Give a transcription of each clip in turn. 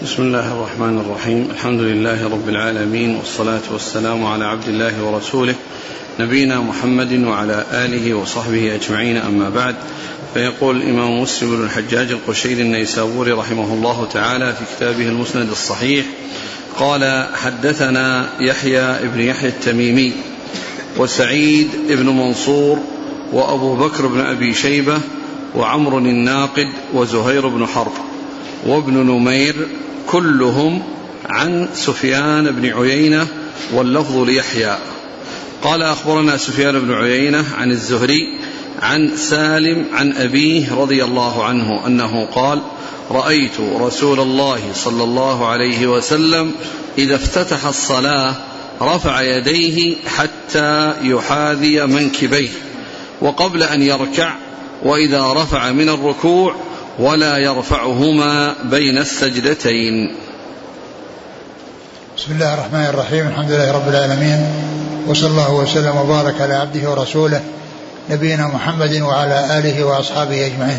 بسم الله الرحمن الرحيم. الحمد لله رب العالمين، والصلاة والسلام على عبد الله ورسوله نبينا محمد وعلى آله وصحبه أجمعين، أما بعد. فيقول الإمام مسلم بن الحجاج القشيري النيسابوري رحمه الله تعالى في كتابه المسند الصحيح قال: حدثنا يحيى بن يحيى التميمي وسعيد بن منصور وأبو بكر بن أبي شيبة وعمر الناقد وزهير بن حرب وابن نمير كلهم عن سفيان بن عيينة، واللفظ ليحيى. قال: أخبرنا سفيان بن عيينة عن الزهري عن سالم عن أبيه رضي الله عنه أنه قال: رأيت رسول الله صلى الله عليه وسلم إذا افتتح الصلاة رفع يديه حتى يحاذي منكبيه وقبل أن يركع، وإذا رفع من الركوع ولا يرفعهما بين السجدتين. بسم الله الرحمن الرحيم. الحمد لله رب العالمين، وصلى الله وسلم وبارك على عبده ورسوله نبينا محمد وعلى آله وأصحابه أجمعين.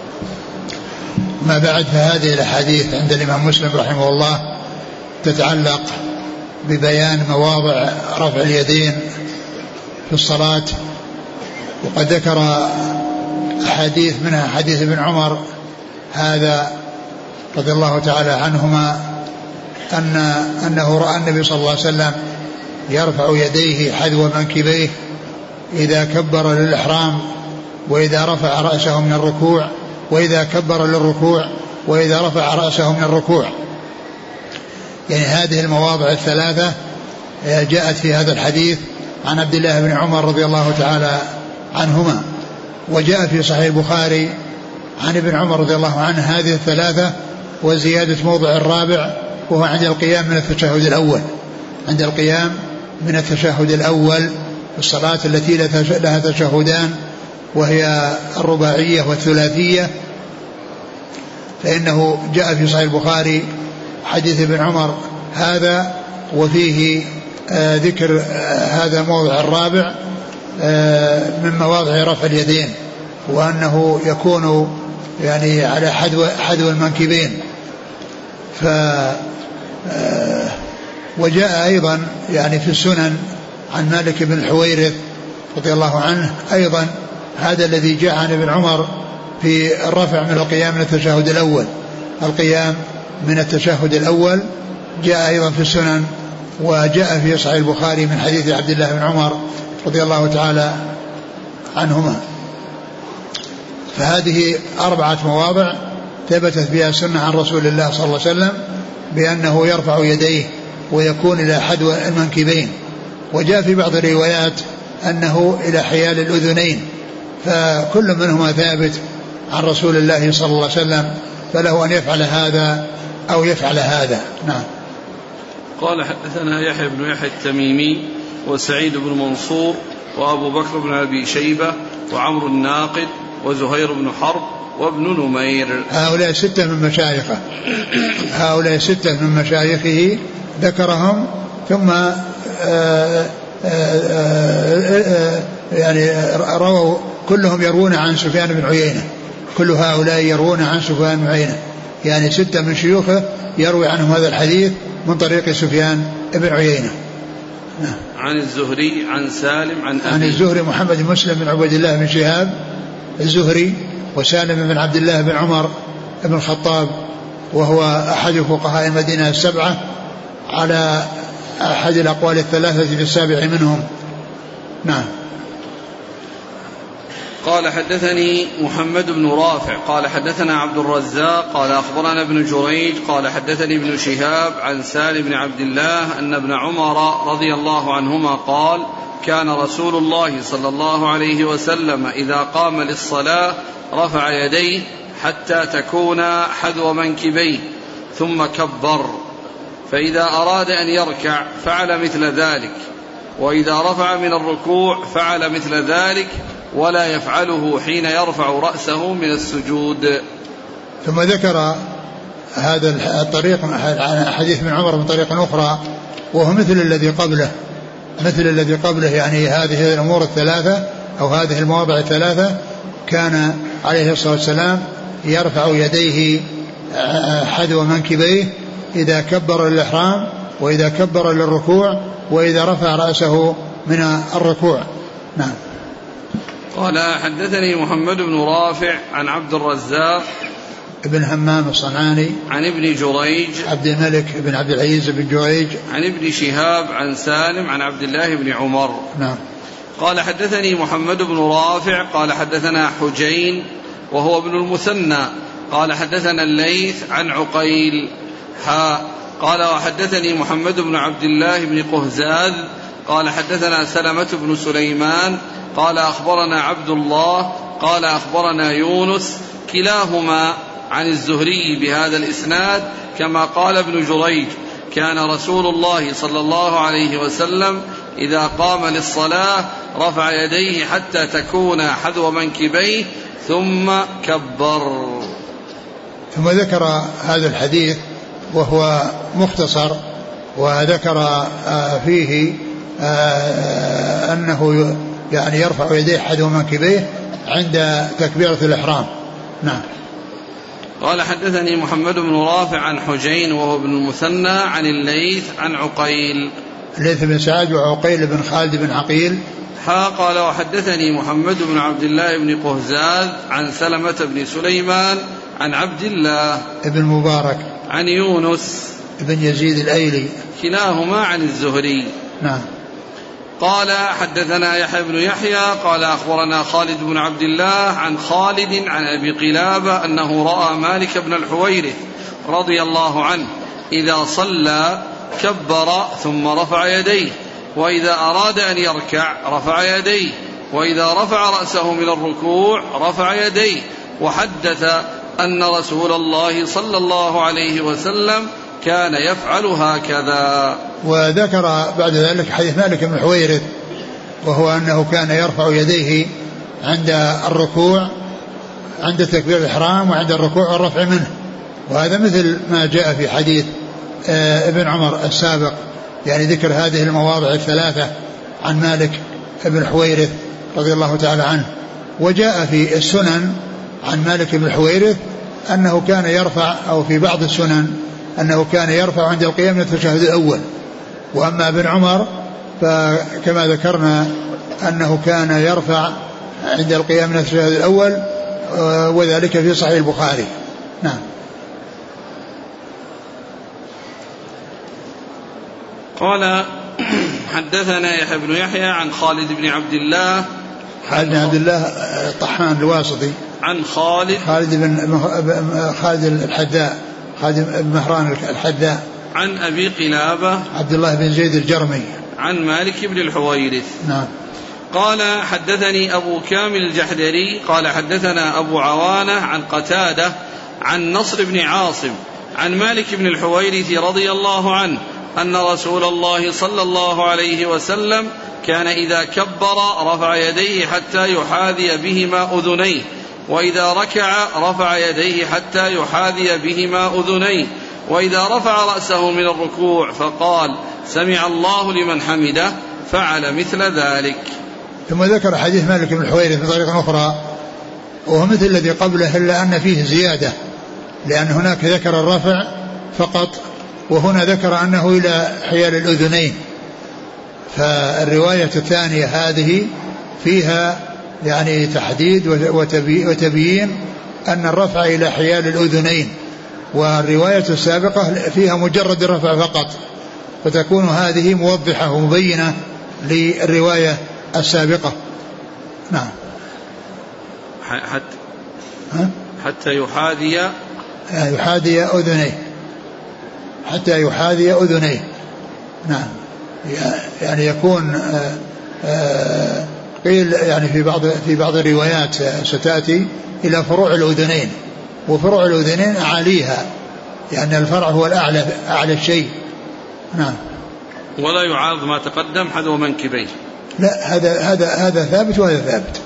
ما بعد، فهذه الأحاديث عند الإمام مسلم رحمه الله تتعلق ببيان مواضع رفع اليدين في الصلاة، وقد ذكر أحاديث منها حديث ابن عمر هذا رضي الله تعالى عنهما أنه رأى النبي صلى الله عليه وسلم يرفع يديه حذو منكبيه إذا كبر للإحرام، وإذا رفع رأسه من الركوع، وإذا كبر للركوع، وإذا رفع رأسه من الركوع. يعني هذه المواضع الثلاثة جاءت في هذا الحديث عن عبد الله بن عمر رضي الله تعالى عنهما. وجاء في صحيح البخاري عن ابن عمر رضي الله عنه هذه الثلاثة وزيادة موضع الرابع، وهو عند القيام من التشهد الأول. عند القيام من التشهد الأول في الصلاة التي لها تشهدان، وهي الرباعية والثلاثية، فإنه جاء في صحيح البخاري حديث ابن عمر هذا، وفيه ذكر هذا موضع الرابع من مواضع رفع اليدين، وأنه يكون يعني على حذو المنكبين. وجاء أيضا يعني في السنن عن مالك بن الحويرث رضي الله عنه أيضا هذا الذي جاء عن ابن عمر في الرفع من القيام من التشهد الأول. القيام من التشهد الأول جاء أيضا في السنن، وجاء في صحيح البخاري من حديث عبد الله بن عمر رضي الله تعالى عنهما. فهذه 4 مواضع ثبتت بها السنة عن رسول الله صلى الله عليه وسلم بأنه يرفع يديه ويكون إلى حذو المنكبين. وجاء في بعض الروايات أنه إلى حيال الأذنين، فكل منهما ثابت عن رسول الله صلى الله عليه وسلم، فله أن يفعل هذا أو يفعل هذا. نعم. قال: حدثنا يحيى بن يحيى التميمي وسعيد بن منصور وأبو بكر بن أبي شيبة وعمر الناقد وزهير بن حرب وابن نمير. هؤلاء 6 من مشايخه، هؤلاء 6 من مشايخه ذكرهم، ثم يعني رووا كلهم يروون عن سفيان بن عيينة، كل هؤلاء يروون عن سفيان بن عيينة، يعني 6 من شيوخه يروي عنهم هذا الحديث من طريق سفيان بن عيينة. عن الزهري عن سالم عن الزهري محمد بن مسلم بن عبد الله بن شهاب الزهري، وسالم بن عبد الله بن عمر بن الخطاب، وهو أحد فقهاء المدينة 7 على أحد الأقوال 3 في 7 منهم. نعم. قال: حدثني محمد بن رافع قال حدثنا عبد الرزاق قال أخبرنا ابن جريج قال حدثني ابن شهاب عن سالم بن عبد الله أن ابن عمر رضي الله عنهما قال: كان رسول الله صلى الله عليه وسلم إذا قام للصلاة رفع يديه حتى تكون حذو منكبيه ثم كبر، فإذا أراد أن يركع فعل مثل ذلك، وإذا رفع من الركوع فعل مثل ذلك، ولا يفعله حين يرفع رأسه من السجود. ثم ذكر هذا الطريق عن حديث ابن عمر من طريق أخرى، وهو مثل الذي قبله، يعني هذه الأمور الثلاثة أو هذه المواضع الثلاثة كان عليه الصلاة والسلام يرفع يديه حذو منكبيه إذا كبر للإحرام وإذا كبر للركوع وإذا رفع رأسه من الركوع. نعم. قال حدثني محمد بن رافع عن عبد الرزاق ابن همام الصنعاني عن ابن جريج عبد الملك بن عبد العزيز بن جريج عن ابن شهاب عن سالم عن عبد الله بن عمر. نعم. قال حدثني محمد بن رافع قال حدثنا حجين وهو ابن المثنى قال حدثنا الليث عن عقيل قال وحدثني محمد بن عبد الله بن قهزاذ قال حدثنا سلمة بن سليمان قال أخبرنا عبد الله قال أخبرنا يونس كلاهما عن الزهري بهذا الإسناد كما قال ابن جريج كان رسول الله صلى الله عليه وسلم إذا قام للصلاة رفع يديه حتى تكون حذو منكبيه ثم كبر. ثم ذكر هذا الحديث وهو مختصر وذكر فيه أنه يعني يرفع يديه حذو منكبيه عند تكبيرة الإحرام. نعم. قال حدثني محمد بن رافع عن حجين وهو ابن المثنى عن الليث عن عقيل الليث بن سعد وعقيل بن خالد بن عقيل قال وحدثني محمد بن عبد الله بن قهزاذ عن سلمة بن سليمان عن عبد الله ابن مبارك عن يونس ابن يزيد الأيلي كلاهما عن الزهري. نعم. قال حدثنا يحيى بن يحيى قال أخبرنا خالد بن عبد الله عن خالد عن أبي قلابة أنه رأى مالك بن الحويرث رضي الله عنه إذا صلى كبر ثم رفع يديه وإذا أراد أن يركع رفع يديه وإذا رفع رأسه من الركوع رفع يديه وحدث أن رسول الله صلى الله عليه وسلم كان يفعل هكذا. وذكر بعد ذلك حديث مالك بن الحويرث وهو أنه كان يرفع يديه عند الركوع عند تكبير الإحرام وعند الركوع والرفع منه، وهذا مثل ما جاء في حديث ابن عمر السابق، يعني ذكر هذه المواضع الثلاثة عن مالك بن الحويرث رضي الله تعالى عنه. وجاء في السنن عن مالك بن الحويرث أنه كان يرفع، أو في بعض السنن أنه كان يرفع عند القيام من التشهد الأول. وأما ابن عمر فكما ذكرنا أنه كان يرفع عند القيام من التشهد الأول، وذلك في صحيح البخاري. نعم. قال حدثنا يحيى بن يحيى عن خالد بن عبد الله خالد بن عبد الله طحان الواسطي عن خالد الحداء خالد بن مهران الحداء عن أبي قلابة عبد الله بن زيد الجرمي عن مالك بن الحويرث. نعم. قال حدثني أبو كامل الجحدري قال حدثنا أبو عوانة عن قتادة عن نصر بن عاصم عن مالك بن الحويرث رضي الله عنه أن رسول الله صلى الله عليه وسلم كان إذا كبر رفع يديه حتى يحاذي بهما أذنيه، وإذا ركع رفع يديه حتى يحاذي بهما أذنيه، وإذا رفع رأسه من الركوع فقال سمع الله لمن حمده فعل مثل ذلك. ثم ذكر حديث مالك بن الحويرث بطريقة أخرى وهو مثل الذي قبله إلا أن فيه زيادة، لأن هناك ذكر الرفع فقط وهنا ذكر أنه إلى حيال الأذنين. فالرواية الثانية هذه فيها يعني تحديد وتبيين أن الرفع إلى حيال الأذنين، والرواية السابقة فيها مجرد الرفع فقط، فتكون هذه موضحة ومبينة للرواية السابقة. نعم. حتى يحاذي أذنيه، حتى يحاذي أذنيه. نعم. يعني يكون قيل يعني في بعض الروايات ستأتي إلى فروع الأذنين، وفروع الأذنين أعاليها، لأن الفرع هو الأعلى، أعلى الشيء. نعم. ولا يعارض ما تقدم حذو منكبيه. لا، هذا ثابت وهذا ثابت.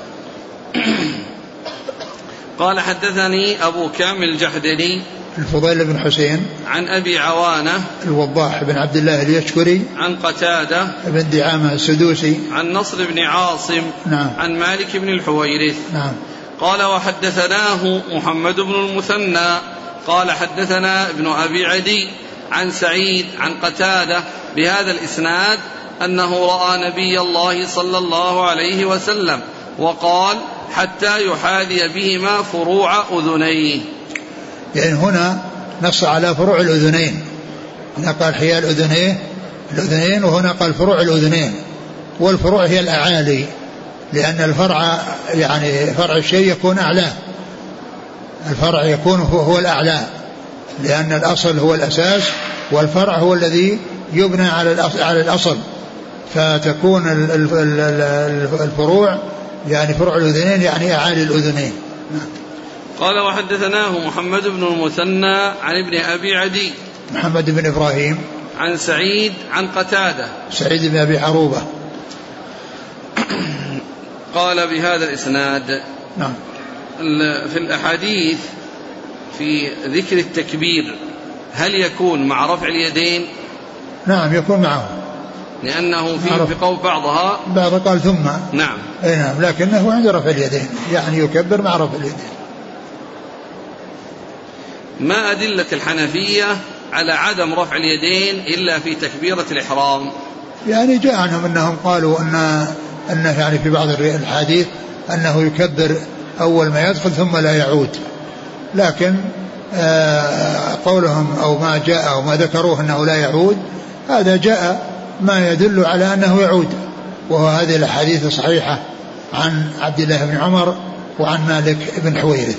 قال حدثني أبو كامل الجحدري الفضيل بن حسين عن أبي عوانة الوضاح بن عبد الله اليشكري عن قتادة بن دعامة السدوسي عن نصر بن عاصم. نعم. عن مالك بن الحويرث. نعم. قال وحدثناه محمد بن المثنى قال حدثنا ابن أبي عدي عن سعيد عن قتادة بهذا الإسناد أنه رأى نبي الله صلى الله عليه وسلم وقال وحتى يحاذي بهما فروع أذنيه. يعني هنا نص على فروع الأذنين، هنا قال حياء الأذنين وهنا قال فروع الأذنين، والفروع هي الأعالي، لأن الفرع يعني فرع الشيء يكون أعلى، الفرع يكون هو الأعلى، لأن الأصل هو الأساس والفرع هو الذي يبنى على الأصل، فتكون الفروع يعني فروع الأذنين يعني أعالي الأذنين. قال وحدثناه محمد بن المثنى عن ابن أبي عدي محمد بن إبراهيم عن سعيد عن قتادة سعيد بن أبي عروبة قال بهذا الإسناد. نعم. في الأحاديث في ذكر التكبير هل يكون مع رفع اليدين؟ نعم يكون معه، لأنه في قول بعض قال ثم. نعم. نعم، لكنه عند رفع اليدين يعني يكبر مع رفع اليدين. ما أدلة الحنفية على عدم رفع اليدين إلا في تكبيرة الإحرام؟ يعني جاء عنهم أنهم قالوا أنه يعني في بعض الحديث أنه يكبر أول ما يدخل ثم لا يعود، لكن قولهم أو ما جاء أو ما ذكروه أنه لا يعود، هذا جاء ما يدل على أنه يعود، وهو هذه الحديث الصحيحة عن عبد الله بن عمر وعن مالك بن حويرث.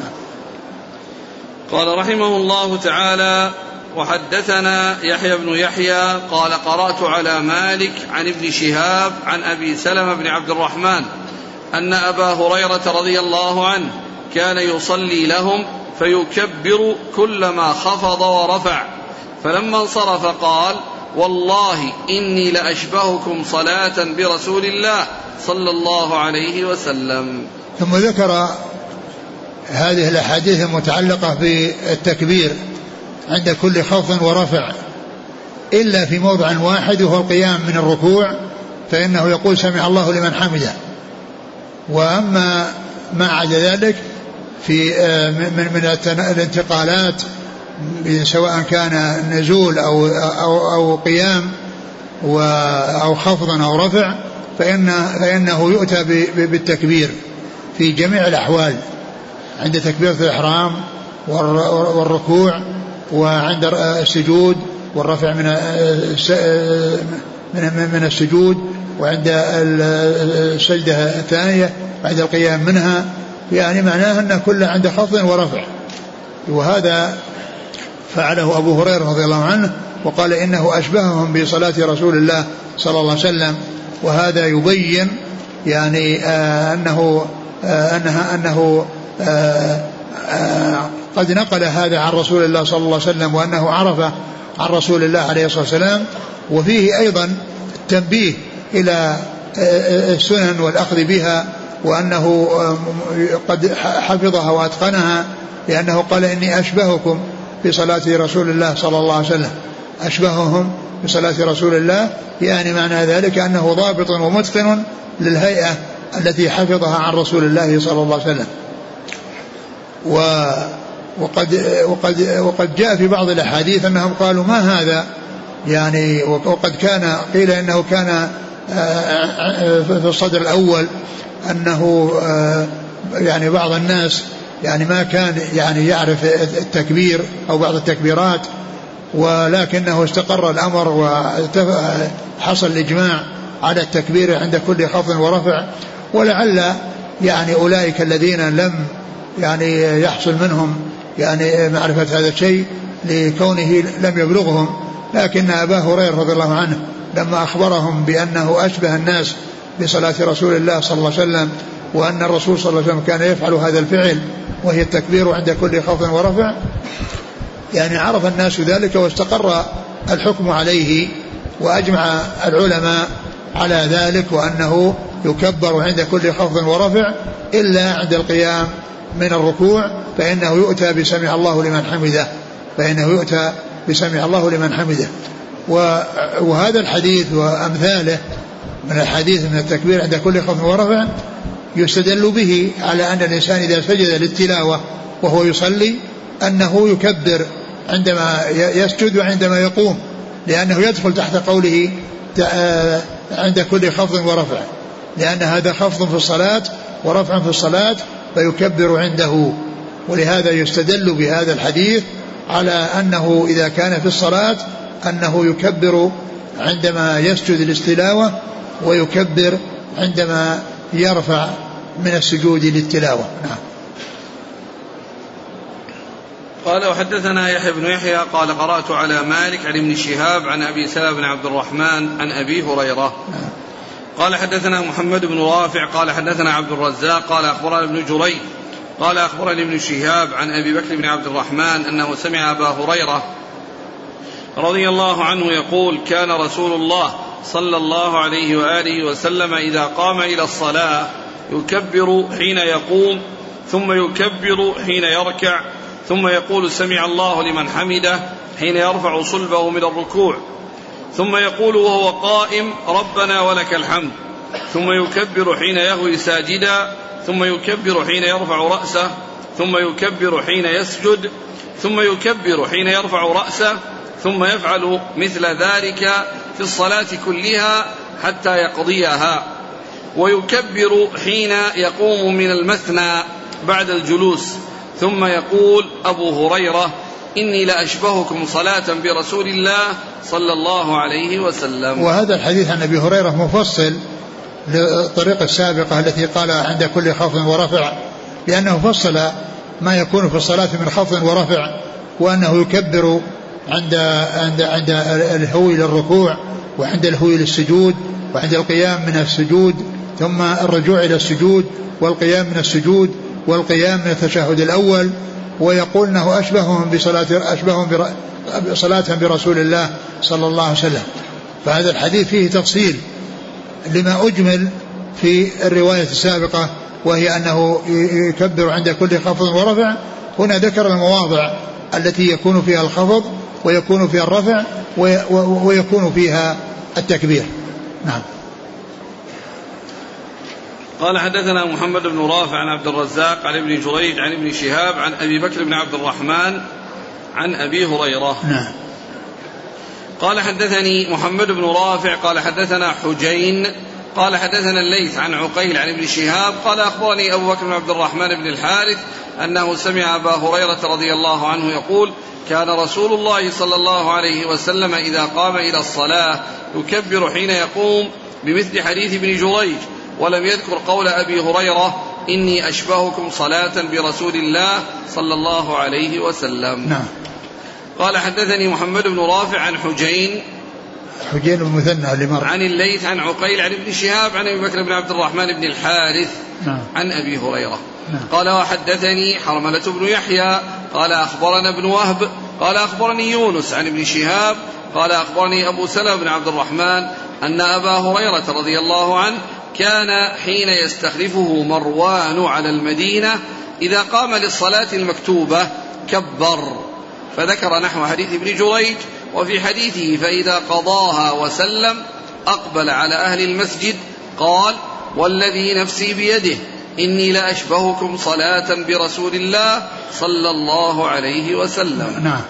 قال رحمه الله تعالى وحدثنا يحيى بن يحيى قال قرأت على مالك عن ابن شهاب عن أبي سلمة بن عبد الرحمن أن أبا هريرة رضي الله عنه كان يصلي لهم فيكبر كلما خفض ورفع، فلما انصرف قال والله إني لأشبهكم صلاة برسول الله صلى الله عليه وسلم. ثم ذكر هذه الأحاديث المتعلقة بالتكبير عند كل خفض ورفع إلا في موضع واحد وهو القيام من الركوع، فإنه يقول سمع الله لمن حمده. وأما ما عدا ذلك في من الانتقالات سواء كان نزول أو قيام أو خفض أو رفع فإنه يؤتى بالتكبير في جميع الأحوال، عند تكبيرة الإحرام والركوع وعند السجود والرفع من السجود وعند السجدة الثانية وعند القيام منها، يعني معناه أن كل عند خفض ورفع. وهذا فعله أبو هريرة رضي الله عنه وقال إنه أشبههم بصلاة رسول الله صلى الله عليه وسلم. وهذا يبين يعني أنه قد نقل هذا عن رسول الله صلى الله عليه وسلم وأنه عرف عن رسول الله عليه الصلاة والسلام. وفيه أيضا التنبيه إلى السنن والأخذ بها، وأنه قد حفظها وأتقنها، لأنه قال إني أشبهكم بصلاة رسول الله صلى الله عليه وسلم، أشبههم بصلاة رسول الله، يعني معنى ذلك أنه ضابط ومتقن للهيئة التي حفظها عن رسول الله صلى الله عليه وسلم. وقد جاء في بعض الأحاديث أنهم قالوا ما هذا، يعني وقد كان قيل إنه كان في الصدر الأول أنه يعني بعض الناس يعني ما كان يعني يعرف التكبير أو بعض التكبيرات، ولكنه استقر الأمر وحصل الإجماع على التكبير عند كل خفض ورفع. ولعل يعني أولئك الذين لم يعني يحصل منهم يعني معرفة هذا الشيء لكونه لم يبلغهم، لكن أبا هريرة رضي الله عنه لما أخبرهم بأنه أشبه الناس بصلاة رسول الله صلى الله عليه وسلم، وأن الرسول صلى الله عليه وسلم كان يفعل هذا الفعل وهي التكبير عند كل خفض ورفع، يعني عرف الناس ذلك واستقر الحكم عليه، وأجمع العلماء على ذلك، وأنه يكبر عند كل خفض ورفع إلا عند القيام من الركوع، فإنه يؤتى بسمع الله لمن حمده، فإنه يؤتى بسمع الله لمن حمده. وهذا الحديث وأمثاله من الحديث من التكبير عند كل خفض ورفع يستدل به على أن الإنسان إذا سجد للتلاوة وهو يصلي أنه يكبر عندما يسجد وعندما يقوم، لأنه يدخل تحت قوله عند كل خفض ورفع، لأن هذا خفض في الصلاة ورفع في الصلاة فيكبر عنده. ولهذا يستدل بهذا الحديث على أنه إذا كان في الصلاة أنه يكبر عندما يسجد للتلاوة ويكبر عندما يرفع من السجود للتلاوة. نعم. قال وحدثنا يحيى بن يحيى قال قرأت على مالك عن ابن شهاب عن أبي سلمة بن عبد الرحمن عن أبي هريرة. قال حدثنا محمد بن رافع قال حدثنا عبد الرزاق قال أخبرنا ابن جريج قال أخبرني ابن شهاب عن أبي بكر بن عبد الرحمن أنه سمع أبا هريرة رضي الله عنه يقول كان رسول الله صلى الله عليه وآله وسلم إذا قام إلى الصلاة يكبر حين يقوم ثم يكبر حين يركع ثم يقول سمع الله لمن حمده حين يرفع صلبه من الركوع ثم يقول وهو قائم ربنا ولك الحمد ثم يكبر حين يهوي ساجدا ثم يكبر حين يرفع رأسه ثم يكبر حين يسجد ثم يكبر حين يرفع رأسه ثم يفعل مثل ذلك في الصلاة كلها حتى يقضيها ويكبر حين يقوم من المثنى بعد الجلوس ثم يقول أبو هريرة إني لأشبهكم صلاة برسول الله صلى الله عليه وسلم. وهذا الحديث عن أبي هريرة مفصل للطريقة السابقة التي قال عند كل خفض ورفع، لأنه فصل ما يكون في الصلاة من خفض ورفع، وأنه يكبر عند الهوي للركوع وعند الهوي للسجود وعند القيام من السجود ثم الرجوع إلى السجود والقيام من السجود والقيام من التشهد الأول، ويقول أنه أشبههم صلاة برسول الله صلى الله عليه وسلم. فهذا الحديث فيه تفصيل لما أجمل في الرواية السابقة، وهي أنه يكبر عند كل خفض ورفع. هنا ذكر المواضع التي يكون فيها الخفض ويكون فيها الرفع ويكون فيها التكبير. نعم. قال حدثنا محمد بن رافع عن عبد الرزاق عن ابن جريج عن ابن شهاب عن أبي بكر بن عبد الرحمن عن أبي هريرة. نعم. قال حدثني محمد بن رافع قال حدثنا حجين قال حدثنا الليث عن عقيل عن ابن شهاب قال أخبرني أبو بكر بن عبد الرحمن بن الحارث أنه سمع أبا هريرة رضي الله عنه يقول كان رسول الله صلى الله عليه وسلم إذا قام إلى الصلاة يكبر حين يقوم بمثل حديث ابن جريج، ولم يذكر قول أبي هريرة إني أشبهكم صلاة برسول الله صلى الله عليه وسلم. نعم. قال حدثني محمد بن رافع عن حجين المثنى اللي مر عن الليث عن عقيل عن ابن شهاب عن أبي بكر بن عبد الرحمن بن الحارث. نعم. عن أبي هريرة. نعم. قال وحدثني حرملة بن يحيى قال أخبرنا ابن وهب قال أخبرني يونس عن ابن شهاب قال أخبرني أبو سلمة بن عبد الرحمن أن أبا هريرة رضي الله عنه كان حين يستخلفه مروان على المدينة إذا قام للصلاة المكتوبة كبر، فذكر نحو حديث ابن جريج. وفي حديثه فإذا قضاها وسلم أقبل على أهل المسجد قال والذي نفسي بيده إني لأشبهكم صلاة برسول الله صلى الله عليه وسلم. نعم.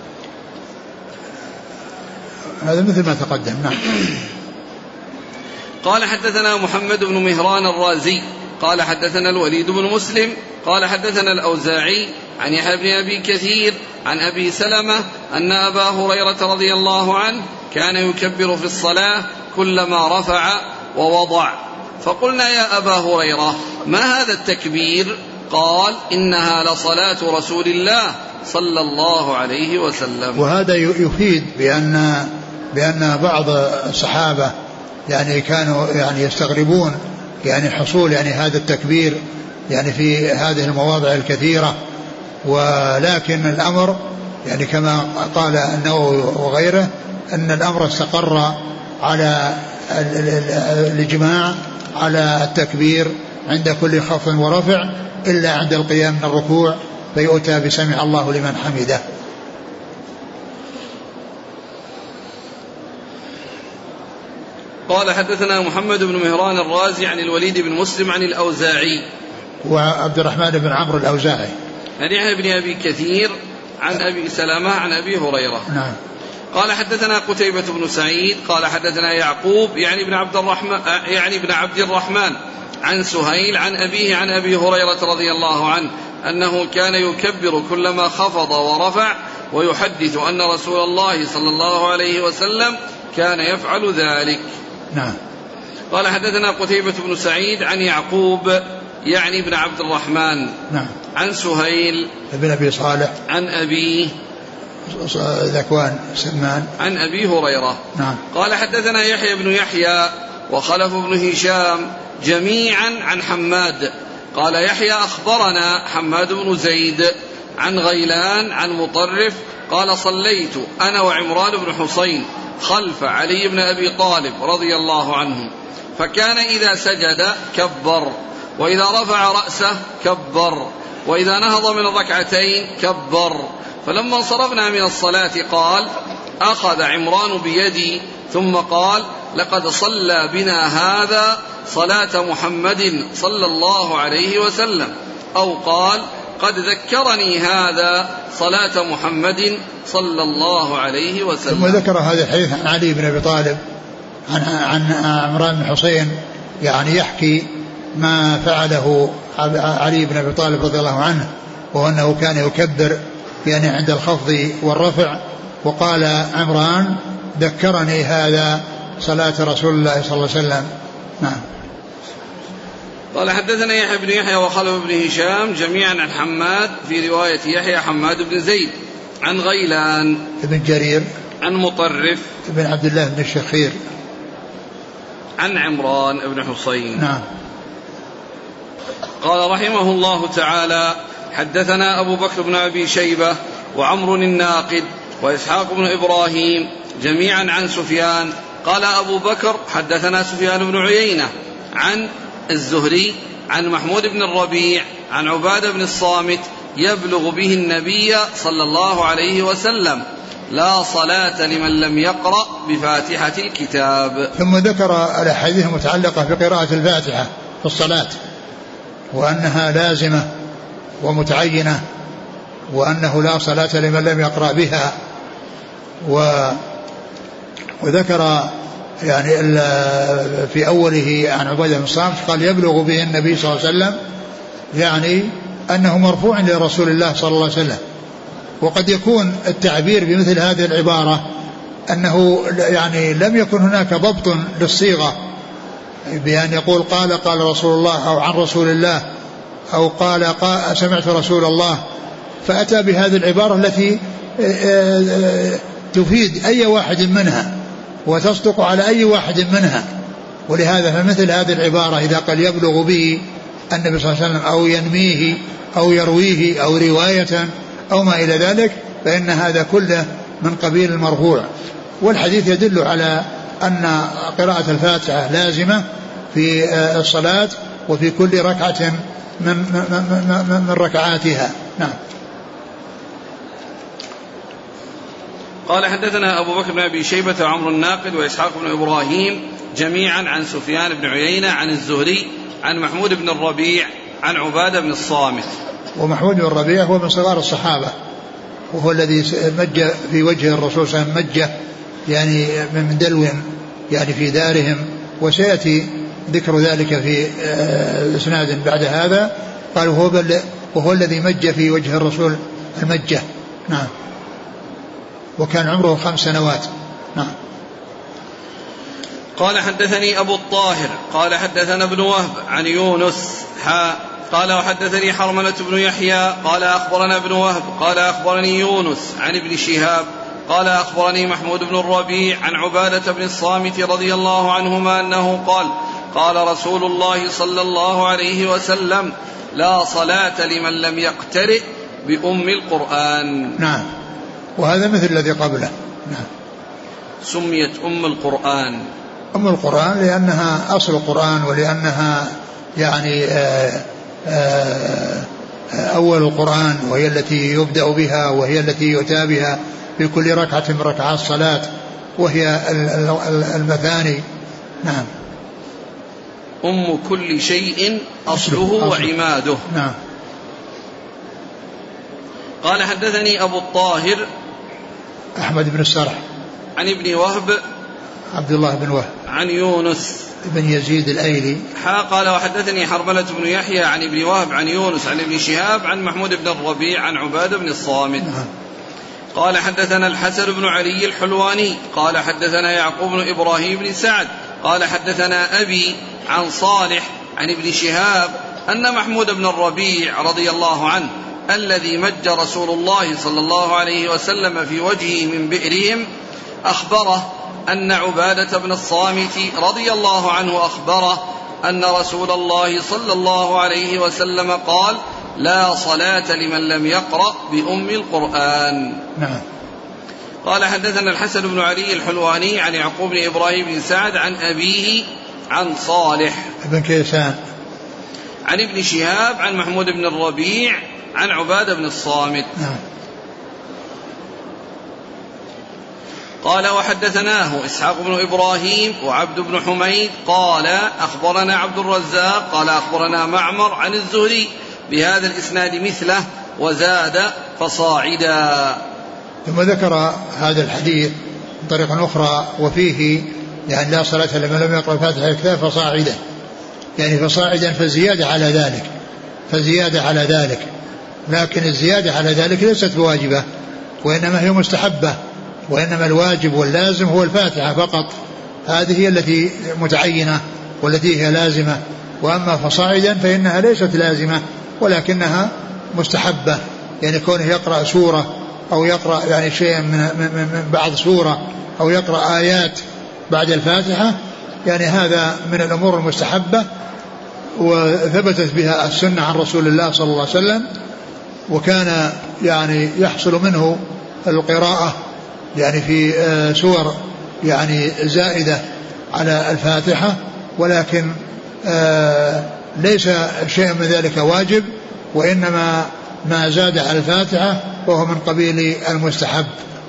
هذا مثل ما تقدم. نعم. قال حدثنا محمد بن مهران الرازي قال حدثنا الوليد بن مسلم قال حدثنا الأوزاعي عن يحيى بن أبي كثير عن أبي سلمة أن أبا هريرة رضي الله عنه كان يكبر في الصلاة كلما رفع ووضع، فقلنا يا أبا هريرة ما هذا التكبير؟ قال إنها لصلاة رسول الله صلى الله عليه وسلم. وهذا يفيد بأن بعض الصحابة يعني كانوا يعني يستغربون يعني حصول يعني هذا التكبير يعني في هذه المواضع الكثيرة، ولكن الأمر يعني كما قال النووي وغيره أن الأمر استقر على الإجماع على التكبير عند كل خفض ورفع إلا عند القيام من الركوع فيؤتى بسمع الله لمن حمده. قال حدثنا محمد بن مهران الرازي عن الوليد بن مسلم عن الأوزاعي وعبد الرحمن بن عمرو الأوزاعي عن يحيى بن أبي كثير عن أبي سلمة عن أبي هريرة. نعم. قال حدثنا قتيبة بن سعيد قال حدثنا يعقوب يعني ابن عبد الرحمن عن سهيل عن أبيه عن أبي هريرة رضي الله عنه أنه كان يكبر كلما خفض ورفع ويحدث أن رسول الله صلى الله عليه وسلم كان يفعل ذلك. نعم. قال حدثنا قتيبة بن سعيد عن يعقوب يعني ابن عبد الرحمن. نعم. عن سهيل ابن أبي صالح عن أبيه ذكوان سمان عن أبي هريرة. نعم. قال حدثنا يحيى بن يحيى وخلف بن هشام جميعا عن حماد قال يحيى أخبرنا حماد بن زيد عن غيلان عن مطرف قال صليت أنا وعمران بن حسين خلف علي بن أبي طالب رضي الله عنه فكان إذا سجد كبر وإذا رفع رأسه كبر وإذا نهض من الركعتين كبر فلما انصرفنا من الصلاة قال أخذ عمران بيدي ثم قال لقد صلى بنا هذا صلاة محمد صلى الله عليه وسلم أو قال قد ذكرني هذا صلاة محمد صلى الله عليه وسلم. ثم ذكر هذا الحديث عن علي بن أبي طالب عن عمران بن حسين يعني يحكي ما فعله علي بن أبي طالب رضي الله عنه وهو أنه كان يكبر يعني عند الخفض والرفع وقال عمران ذكرني هذا صلاة رسول الله صلى الله عليه وسلم. نعم. قال حدثنا يحيى بن يحيى وخلف بن هشام جميعا عن حماد في رواية يحيى حماد بن زيد عن غيلان ابن جرير عن مطرف ابن عبد الله بن الشخير عن عمران بن حسين. نعم. قال رحمه الله تعالى حدثنا أبو بكر بن أبي شيبة وعمر الناقد وإسحاق بن إبراهيم جميعا عن سفيان قال أبو بكر حدثنا سفيان بن عيينة عن الزهري عن محمود بن الربيع عن عبادة بن الصامت يبلغ به النبي صلى الله عليه وسلم لا صلاة لمن لم يقرأ بفاتحة الكتاب. ثم ذكر الأحاديث المتعلقة بقراءة الفاتحة في الصلاة وأنها لازمة ومتعينة وأنه لا صلاة لمن لم يقرأ بها وذكر يعني في أوله عن عبادة بن الصامت قال يبلغ به النبي صلى الله عليه وسلم يعني أنه مرفوع لرسول الله صلى الله عليه وسلم. وقد يكون التعبير بمثل هذه العبارة أنه يعني لم يكن هناك ضبط للصيغة بأن يقول قال رسول الله أو عن رسول الله أو قال سمعت رسول الله فأتى بهذه العبارة التي تفيد أي واحد منها وتصدق على أي واحد منها. ولهذا فمثل هذه العبارة إذا قال يبلغ به النبي صلى الله عليه وسلم أو ينميه أو يرويه أو رواية أو ما إلى ذلك فإن هذا كله من قبيل المرفوع. والحديث يدل على أن قراءة الفاتحة لازمة في الصلاة وفي كل ركعة من ركعاتها. نعم. قال حدثنا أبو بكر بن أبي شيبة وعمر الناقد وإسحاق بن إبراهيم جميعا عن سفيان بن عيينة عن الزهري عن محمود بن الربيع عن عبادة بن الصامت. ومحمود بن الربيع هو من صغار الصحابة وهو الذي مج في وجه الرسول صلى الله عليه وسلم مجة يعني من دلو يعني في دارهم وسيأتي ذكر ذلك في إسناد بعد هذا. قال وهو الذي مج في وجه الرسول المجة. نعم. وكان عمره 5 سنوات. نعم. قال حدثني أبو الطاهر قال حدثنا ابن وهب عن يونس قال وحدثني حرملة بن يحيى قال أخبرنا ابن وهب قال أخبرني يونس عن ابن شهاب قال أخبرني محمود بن الربيع عن عبادة بن الصامت رضي الله عنهما أنه قال رسول الله صلى الله عليه وسلم لا صلاة لمن لم يقترئ بأم القرآن. نعم. وهذا مثل الذي قبله. نعم. سميت أم القرآن أم القرآن لأنها أصل القرآن ولأنها يعني أول القرآن وهي التي يبدأ بها وهي التي يؤتى بها في كل ركعة من ركعات الصلاة وهي المثاني. نعم. أم كل شيء أصله وعماده. نعم. قال حدثني أبو الطاهر أحمد بن السرح عن ابن وهب عبد الله بن وهب عن يونس بن يزيد الأيلي. قال وحدثني حرملة بن يحيى عن ابن وهب عن يونس عن ابن شهاب عن محمود بن الربيع عن عبادة بن الصامت. قال حدثنا الحسن بن علي الحلواني قال حدثنا يعقوب بن إبراهيم بن سعد قال حدثنا أبي عن صالح عن ابن شهاب أن محمود بن الربيع رضي الله عنه الذي مج رسول الله صلى الله عليه وسلم في وجهه من بئرهم أخبره أن عبادة بن الصامت رضي الله عنه أخبره أن رسول الله صلى الله عليه وسلم قال لا صلاة لمن لم يقرأ بأم القرآن. نعم. قال حدثنا الحسن بن علي الحلواني عن يعقوب بن إبراهيم بن سعد عن أبيه عن صالح بن كيسان عن ابن شهاب عن محمود بن الربيع عن عبادة بن الصامت. نعم. قال وحدثناه إسحاق بن إبراهيم وعبد بن حميد قال أخبرنا عبد الرزاق قال أخبرنا معمر عن الزهري بهذا الإسناد مثله وزاد فصاعدا. ثم ذكر هذا الحديث بطريقة أخرى وفيه يعني لا صلاة لمن لم يقرأ فاتحة الكتاب فصاعدا، يعني فصاعدا فزيادة على ذلك، لكن الزيادة على ذلك ليست بواجبة وإنما هي مستحبة، وإنما الواجب واللازم هو الفاتحة فقط، هذه هي التي متعينة والتي هي لازمة. وأما فصاعدا فإنها ليست لازمة ولكنها مستحبة، يعني كونه يقرأ سورة أو يقرأ يعني شيء من بعض سورة أو يقرأ آيات بعد الفاتحة، يعني هذا من الأمور المستحبة وثبتت بها السنة عن رسول الله صلى الله عليه وسلم، وكان يعني يحصل منه القراءة يعني في سور يعني زائدة على الفاتحة، ولكن ليس شيء من ذلك واجب، وإنما ما زاد على الفاتحة وهو من قبيل المستحب.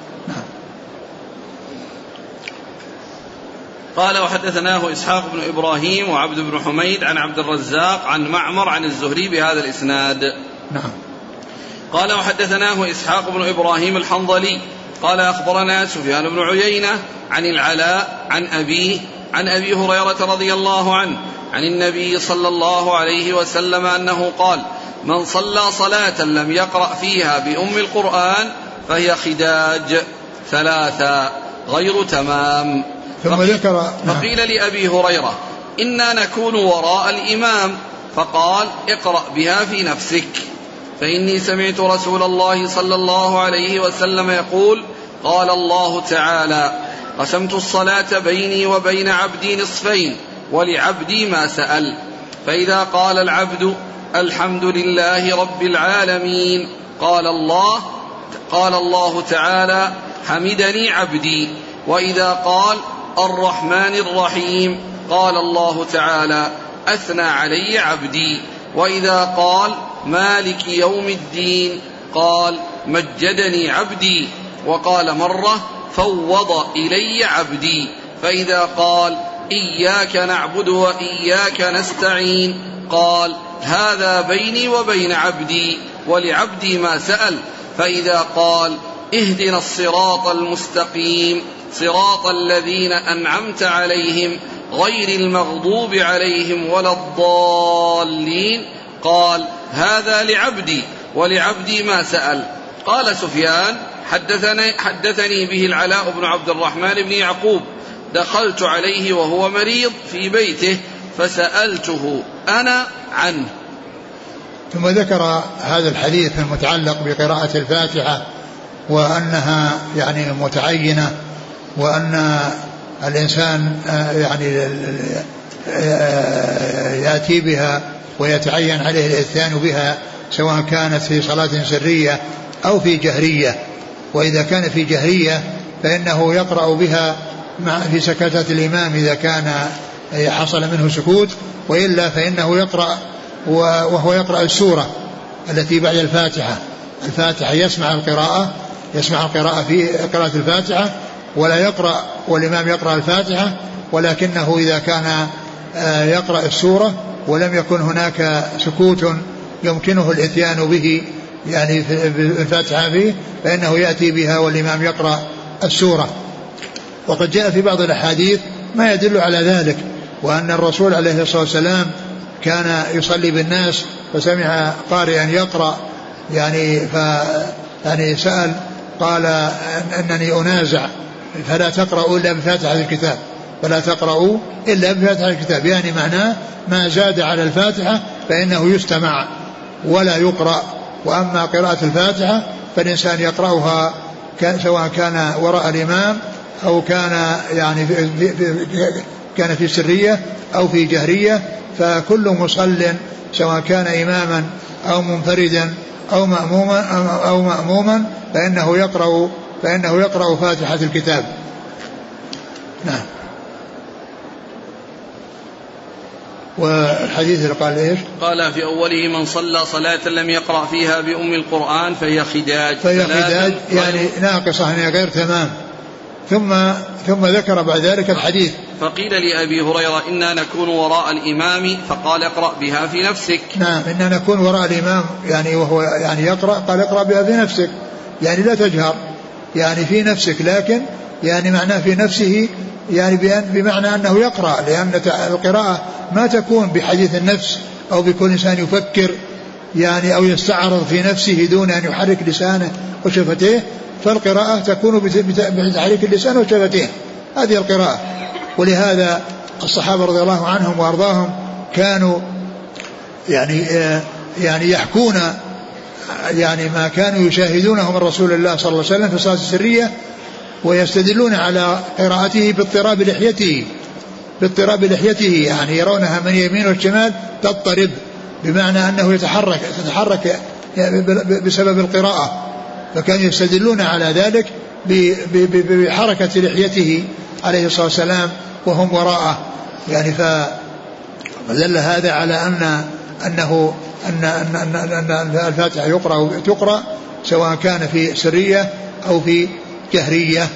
قال وحدثناه إسحاق بن إبراهيم وعبد بن حميد عن عبد الرزاق عن معمر عن الزهري بهذا الإسناد. نعم. قال وحدثناه إسحاق بن إبراهيم الحنظلي قال أخبرنا سفيان بن عيينة عن العلاء عن أبيه عن أبي هريرة رضي الله عنه عن النبي صلى الله عليه وسلم أنه قال من صلى صلاة لم يقرأ فيها بأم القرآن فهي خداج ثلاثا غير تمام. فقيل لأبي هريرة إنا نكون وراء الإمام، فقال اقرأ بها في نفسك، فإني سمعت رسول الله صلى الله عليه وسلم يقول قال الله تعالى قسمت الصلاة بيني وبين عبدي نصفين ولعبدي ما سأل، فإذا قال العبد الحمد لله رب العالمين قال الله تعالى حمدني عبدي، وإذا قال الرحمن الرحيم قال الله تعالى أثنى علي عبدي، وإذا قال مالك يوم الدين قال مجدني عبدي، وقال مرة فوض إلي عبدي، فإذا قال إياك نعبد وإياك نستعين قال هذا بيني وبين عبدي ولعبدي ما سأل، فإذا قال اهدنا الصراط المستقيم صراط الذين أنعمت عليهم غير المغضوب عليهم ولا الضالين قال هذا لعبدي ولعبدي ما سأل. قال سفيان حدثني به العلاء بن عبد الرحمن بن يعقوب، دخلت عليه وهو مريض في بيته فسألته أنا عنه. ثم ذكر هذا الحديث المتعلق بقراءة الفاتحة وأنها يعني متعينة، وأن الإنسان يعني يأتي بها ويتعين عليه الإتيان بها سواء كانت في صلاة سرية أو في جهرية، وإذا كان في جهرية فإنه يقرأ بها في سكتات الإمام إذا كان حصل منه سكوت، وإلا فإنه يقرأ وهو يقرأ السورة التي بعد الفاتحة يسمع القراءة في قراءة الفاتحة ولا يقرأ والإمام يقرأ الفاتحة، ولكنه إذا كان يقرأ السورة ولم يكن هناك سكوت يمكنه الإتيان به يعني في الفاتحة فيه فإنه يأتي بها والإمام يقرأ السورة. وقد جاء في بعض الأحاديث ما يدل على ذلك، وأن الرسول عليه الصلاة والسلام كان يصلي بالناس فسمع قارئا يقرأ يعني سأل قال أنني أنازع فلا تقرأوا إلا بفاتحة الكتاب، فلا تقرأوا إلا بفاتحة الكتاب، يعني معناه ما زاد على الفاتحة فإنه يستمع ولا يقرأ. وأما قراءة الفاتحة فالإنسان يقرأها سواء كان وراء الإمام أو كان يعني كان في سرية أو في جهرية، فكل مصل سواء كان إماما أو منفردا أو مأموما فإنه يقرأ فاتحة الكتاب. نعم. والحديث اللي قال إيش؟ قال في أوله: من صلى صلاة لم يقرأ فيها بأم القرآن فهي خداج يعني ناقصة يعني غير تمام. ثم ذكر بعد ذلك الحديث. فقيل لأبي هريرة: إنا نكون وراء الإمام، فقال: اقرأ بها في نفسك. نعم، إنا نكون وراء الإمام يعني وهو يعني يقرأ، قال: اقرأ بها في نفسك، يعني لا تجهر يعني في نفسك، لكن يعني معناه في نفسه يعني بمعنى أنه يقرأ، لأن القراءة ما تكون بحديث النفس أو بكل إنسان يفكر يعني أو يستعرض في نفسه دون أن يحرك لسانه وشفتيه، فالقراءة تكون بتحريك اللسان وشفتيه، هذه القراءة. ولهذا الصحابة رضي الله عنهم وأرضاهم كانوا يعني يحكون يعني ما كانوا يشاهدونه من رسول الله صلى الله عليه وسلم في الصلاة السرية، ويستدلون على قراءته باضطراب لحيته يعني يرونها من يمين والشمال تضطرب، بمعنى أنه تتحرك بسبب القراءة، فكانوا يستدلون على ذلك بحركة لحيته عليه الصلاة والسلام وهم وراءه، يعني فدل هذا على أن الفاتحة تقرأ سواء كان في سرية أو في جهرية.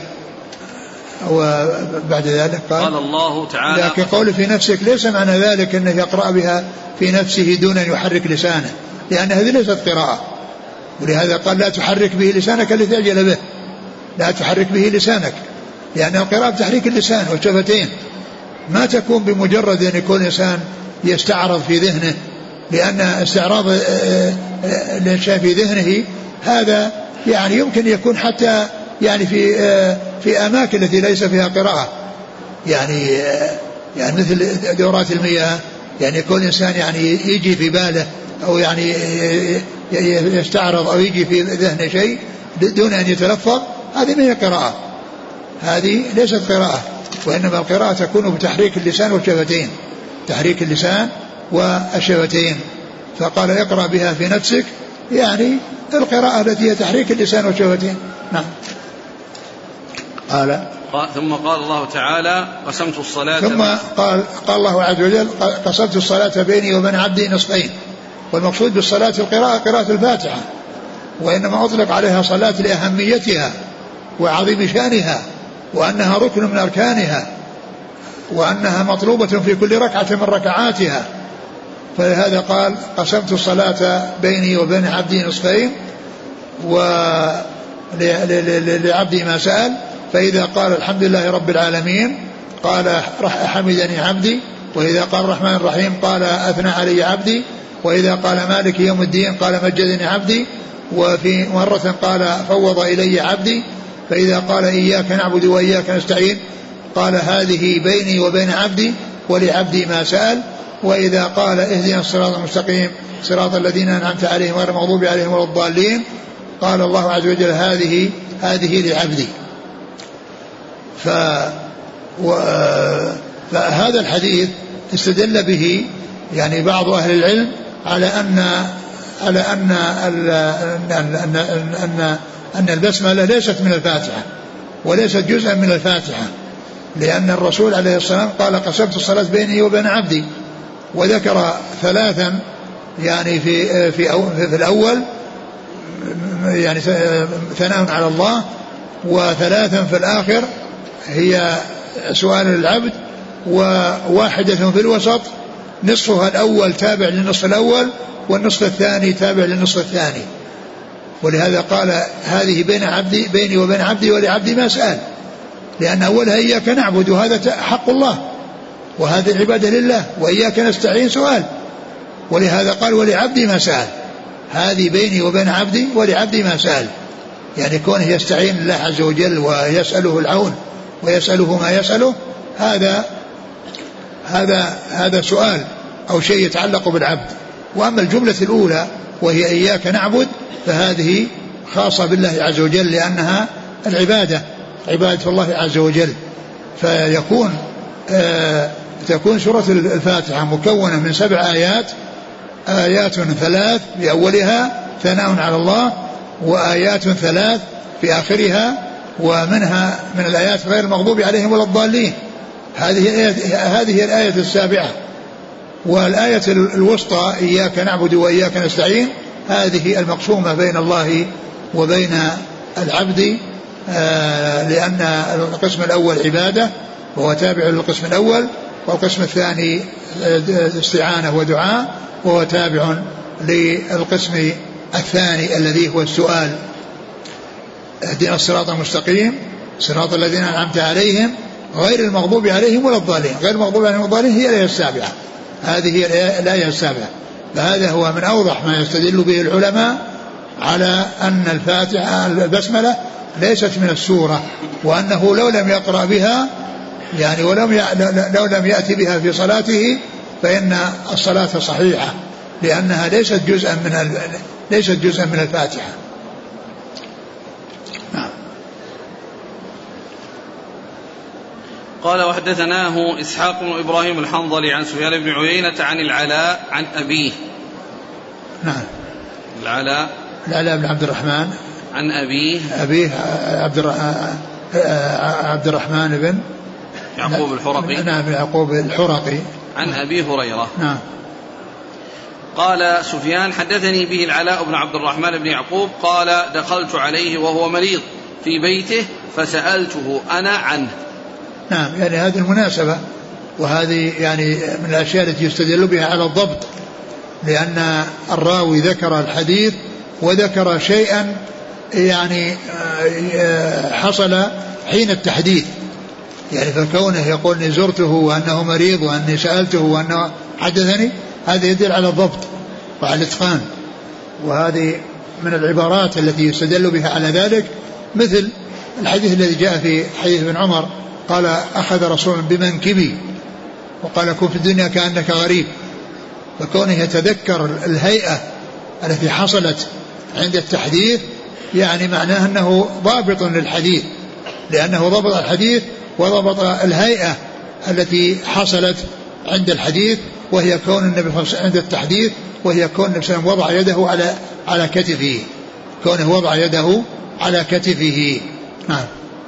وبعد ذلك قال الله تعالى: لكن قول في نفسك ليس معنى ذلك أنه يقرأ بها في نفسه دون أن يحرك لسانه، لأن هذه ليست قراءة. ولهذا قال: لا تحرك به لسانك لتعجل به، لا تحرك به لسانك، لأن القراءة بتحريك اللسان والشفتين، ما تكون بمجرد أن يكون الإنسان يستعرض في ذهنه، لأن استعراض الإنسان في ذهنه هذا يعني يمكن يكون حتى يعني في أماكن التي ليس فيها قراءة، يعني مثل دورات المياه، يعني يكون الإنسان يعني يجي في باله أو يعني يستعرض أو يجي في ذهنه شيء دون أن يتلفظ، هذه ما هي قراءة، هذه ليست قراءة، وإنما القراءة تكون بتحريك اللسان والشفتين، تحريك اللسان والشفتين. فقال: اقرأ بها في نفسك، يعني القراءة التي هي تحريك اللسان والشفتين. نعم. ثم قال الله تعالى: قسمت الصلاة. ثم قال الله عز وجل: قسمت الصلاة بيني وبين عبدي نصفين. والمقصود بالصلاة القراءة، قراءة الفاتحة، وإنما أطلق عليها صلاة لأهميتها وعظيم شأنها، وأنها ركن من أركانها، وأنها مطلوبة في كل ركعة من ركعاتها. فلهذا قال: قسمت الصلاة بيني وبين عبدي نصفين، ولعبدي ما سأل، فإذا قال الحمد لله رب العالمين قال حمدني عبدي، وإذا قال الرحمن الرحيم قال أثنى علي عبدي، وإذا قال مالك يوم الدين قال مجدني عبدي، وفي مرة قال فوض إلي عبدي، فإذا قال إياك نعبد وإياك نستعين قال هذه بيني وبين عبدي ولعبدي ما سأل، وإذا قال اهدنا الصراط المستقيم صراط الذين أنعمت عليهم غير المغضوب عليهم ولا الضالين قال الله عز وجل هذه لعبدي. فهذا الحديث استدل به يعني بعض أهل العلم على أن البسملة ليست من الفاتحة وليست جزءا من الفاتحة، لأن الرسول عليه الصلاة والسلام قال: قسمت الصلاة بيني وبين عبدي، وذكر ثلاثا يعني في الأول يعني ثناء على الله، وثلاثا في الآخر هي سؤال العبد، وواحدة في الوسط نصفها الأول تابع للنصف الأول والنصف الثاني تابع للنصف الثاني. ولهذا قال هذه بيني وبين عبدي ولعبدي ما سأل، لأن أولها إياك نعبد وهذا حق الله وهذه العبادة لله، وإياك نستعين سؤال، ولهذا قال ولعبدي ما سأل. هذه بيني وبين عبدي ولعبدي ما سأل، يعني كونه يستعين الله عز وجل ويسأله العون ويسأله ما يسأله، هذا سؤال أو شيء يتعلق بالعبد. وأما الجملة الأولى وهي إياك نعبد فهذه خاصة بالله عز وجل، لأنها العبادة، عبادة الله عز وجل. تكون سورة الفاتحة مكونة من 7 آيات، آيات 3 بأولها ثناء على الله، وآيات 3 في آخرها، ومنها من الآيات غير المغضوب عليهم ولا الضالين. هذه الآية 7. والآية الوسطى إياك نعبد وإياك نستعين هذه المقسومة بين الله وبين العبد، لأن القسم الأول عبادة وهو تابع للقسم الأول، والقسم الثاني استعانة ودعاء وهو تابع للقسم الثاني الذي هو السؤال. اهدنا الصراط المستقيم صراط الذين أنعمت عليهم غير المغضوب عليهم ولا الضالين. غير المغضوب عليهم ولا الضالين هي الآية 7، هذه هي الآية 7. فهذا هو من أوضح ما يستدل به العلماء على أن الفاتحة البسملة ليست من السورة، وأنه لو لم يقرأ بها يعني لو لم يأتي بها في صلاته فإن الصلاة صحيحة، لأنها ليست جزءا من الفاتحة. قال وحدثناه إسحاق بن إبراهيم الحنظلي عن سفيان بن عيينة عن العلاء عن أبيه. نعم. العلاء بن عبد الرحمن عن أبيه عبد الرحمن بن يعقوب الحرقي. نعم يعقوب الحرقي عن أبي هريرة. نعم. قال سفيان حدثني به العلاء بن عبد الرحمن بن يعقوب قال دخلت عليه وهو مريض في بيته فسألته أنا عنه. نعم، يعني هذه المناسبة، وهذه يعني من الأشياء التي يستدل بها على الضبط، لأن الراوي ذكر الحديث وذكر شيئا يعني حصل حين التحديث، يعني فكونه يقول إني زرته وأنه مريض وأني سألته وأنه حدثني، هذا يدل على الضبط وعلى الإتقان. وهذه من العبارات التي يستدل بها على ذلك، مثل الحديث الذي جاء في حديث ابن عمر قال أخذ رسول بمنكبي وقال كن في الدنيا كأنك غريب. فكونه يتذكر الهيئة التي حصلت عند التحديث يعني معناه أنه ضابط للحديث، لأنه ضبط الحديث وضبط الهيئة التي حصلت عند الحديث، وهي كون النبي صلى الله عليه وسلم عند التحديث، وهي كون النبي صلى الله عليه وسلم وضع يده على كتفه، كونه وضع يده على كتفه. نعم.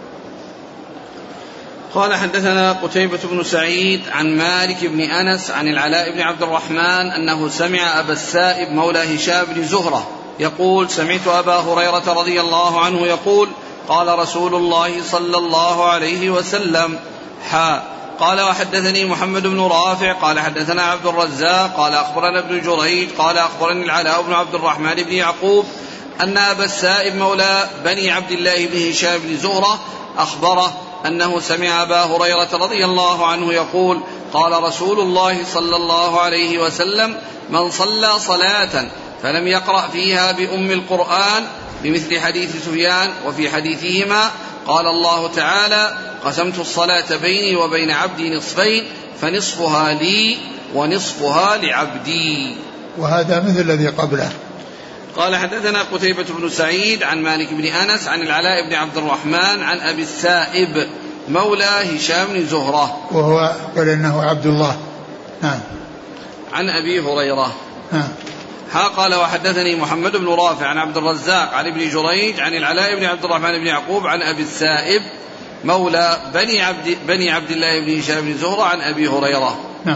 قال حدثنا قتيبة بن سعيد عن مالك بن أنس عن العلاء بن عبد الرحمن أنه سمع أبا السائب مولى هشام بن زهرة يقول سمعت أبا هريرة رضي الله عنه يقول قال رسول الله صلى الله عليه وسلم قال وحدثني محمد بن رافع قال حدثنا عبد الرزاق قال أخبرنا ابن جريج قال أخبرني العلاء بن عبد الرحمن بن يعقوب أن أبا السائب مولى بني عبد الله بن هشام بن زهرة أخبره أنه سمع أبا هريرة رضي الله عنه يقول قال رسول الله صلى الله عليه وسلم من صلى صلاة فلم يقرأ فيها بأم القرآن بمثل حديث سفيان وفي حديثهما قال الله تعالى قسمت الصلاة بيني وبين عبدي نصفين فنصفها لي ونصفها لعبدي. وهذا مثل الذي قبله. قال حدثنا قتيبة بن سعيد عن مالك بن أنس عن العلاء بن عبد الرحمن عن أبي السائب مولى هشام بن زهرة وهو قال إنه عبد الله. عن أبي هريرة. قال وحدثني محمد بن رافع عن عبد الرزاق عن ابن جريج عن العلاء بن عبد الرحمن بن يعقوب عن أبي السائب مولى بني عبد الله بن هشام بن زهرة عن أبي هريرة.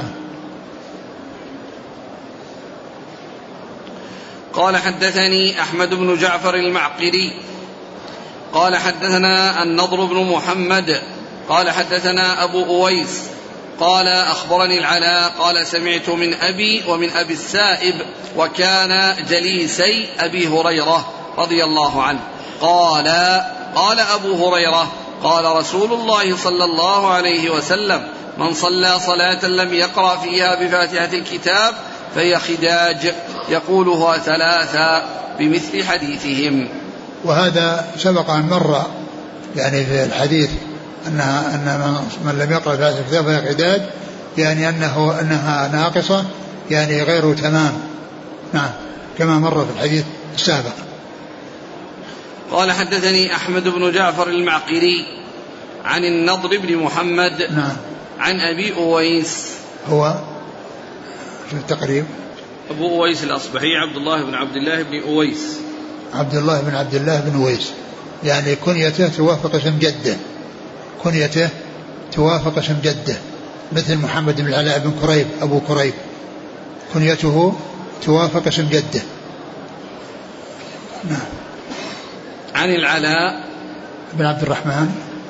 قال حدثني أحمد بن جعفر المعقري قال حدثنا النضر بن محمد قال حدثنا أبو أويس قال أخبرني العلاء قال سمعت من أبي ومن أبي السائب وكان جليسي أبي هريرة رضي الله عنه قال أبو هريرة قال رسول الله صلى الله عليه وسلم من صلى صلاة لم يقرأ فيها بفاتحة الكتاب فهي خداج يقولها ثلاثا بمثل حديثهم. وهذا سبق أن مر يعني في الحديث أن من لم يقرأ فاتحة الكتاب فهي خداج، يعني أنها ناقصة يعني غير تمام. نعم كما مر في الحديث السابق. قال حدثني أحمد بن جعفر المعقري عن النضر بن محمد نعم عن أبي أويس. هو في التقريب أبو أويس الأصبحي عبد الله بن عبد الله بن أويس. عبد الله بن عبد الله بن أويس يعني كنيته توافق اسم جده، كنيته توافق اسم جده، مثل محمد بن العلاء بن كريب أبو كريب كنيته توافق اسم جده. نعم. عن العلاء بن عبد الرحمن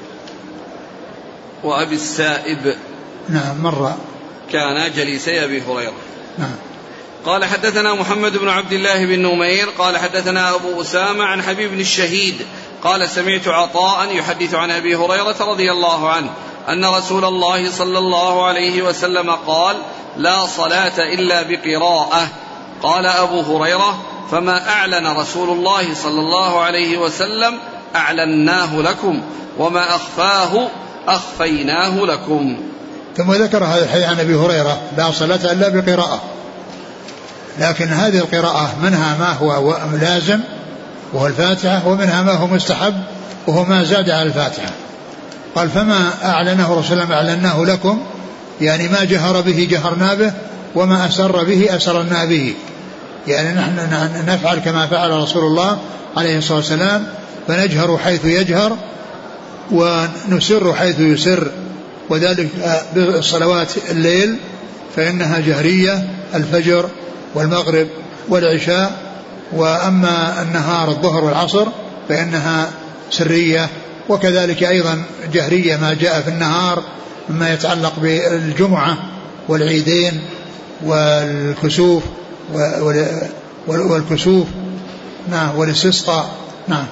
وأبي السائب. نعم مر. كان جليسي أبي هريرة. نعم. قال حدثنا محمد بن عبد الله بن نمير قال حدثنا أبو أسامة عن حبيب بن الشهيد قال سمعت عطاء يحدث عن أبي هريرة رضي الله عنه أن رسول الله صلى الله عليه وسلم قال لا صلاة إلا بقراءة. قال أبو هريرة فما أعلن رسول الله صلى الله عليه وسلم أعلناه لكم وما أخفاه أخفيناه لكم. ثم ذكر هذا الحديث عن أبي هريرة لا صلاة إلا بقراءة، لكن هذه القراءة منها ما هو لازم وهو الفاتحة، ومنها ما هو مستحب وهو ما زاد على الفاتحة. قال فما أعلنه رسول الله أعلناه لكم، يعني ما جهر به جهرنا به وما أسر به أسرنا به، يعني نحن نفعل كما فعل رسول الله عليه الصلاة والسلام، فنجهر حيث يجهر ونسر حيث يسر، وذلك بالصلوات الليل فإنها جهرية الفجر والمغرب والعشاء، وأما النهار الظهر والعصر فإنها سرية، وكذلك أيضا جهرية ما جاء في النهار مما يتعلق بالجمعة والعيدين والكسوف والكسوف نعم والاستسقاء. نعم.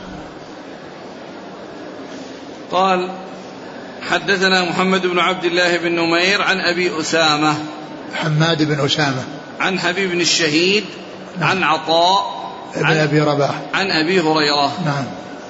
قال حدثنا محمد بن عبد الله بن نمير عن أبي أسامة حماد بن أسامة عن حبيب بن الشهيد نعم. عن عطاء عن أبي رباح عن أبي هريرة. نعم.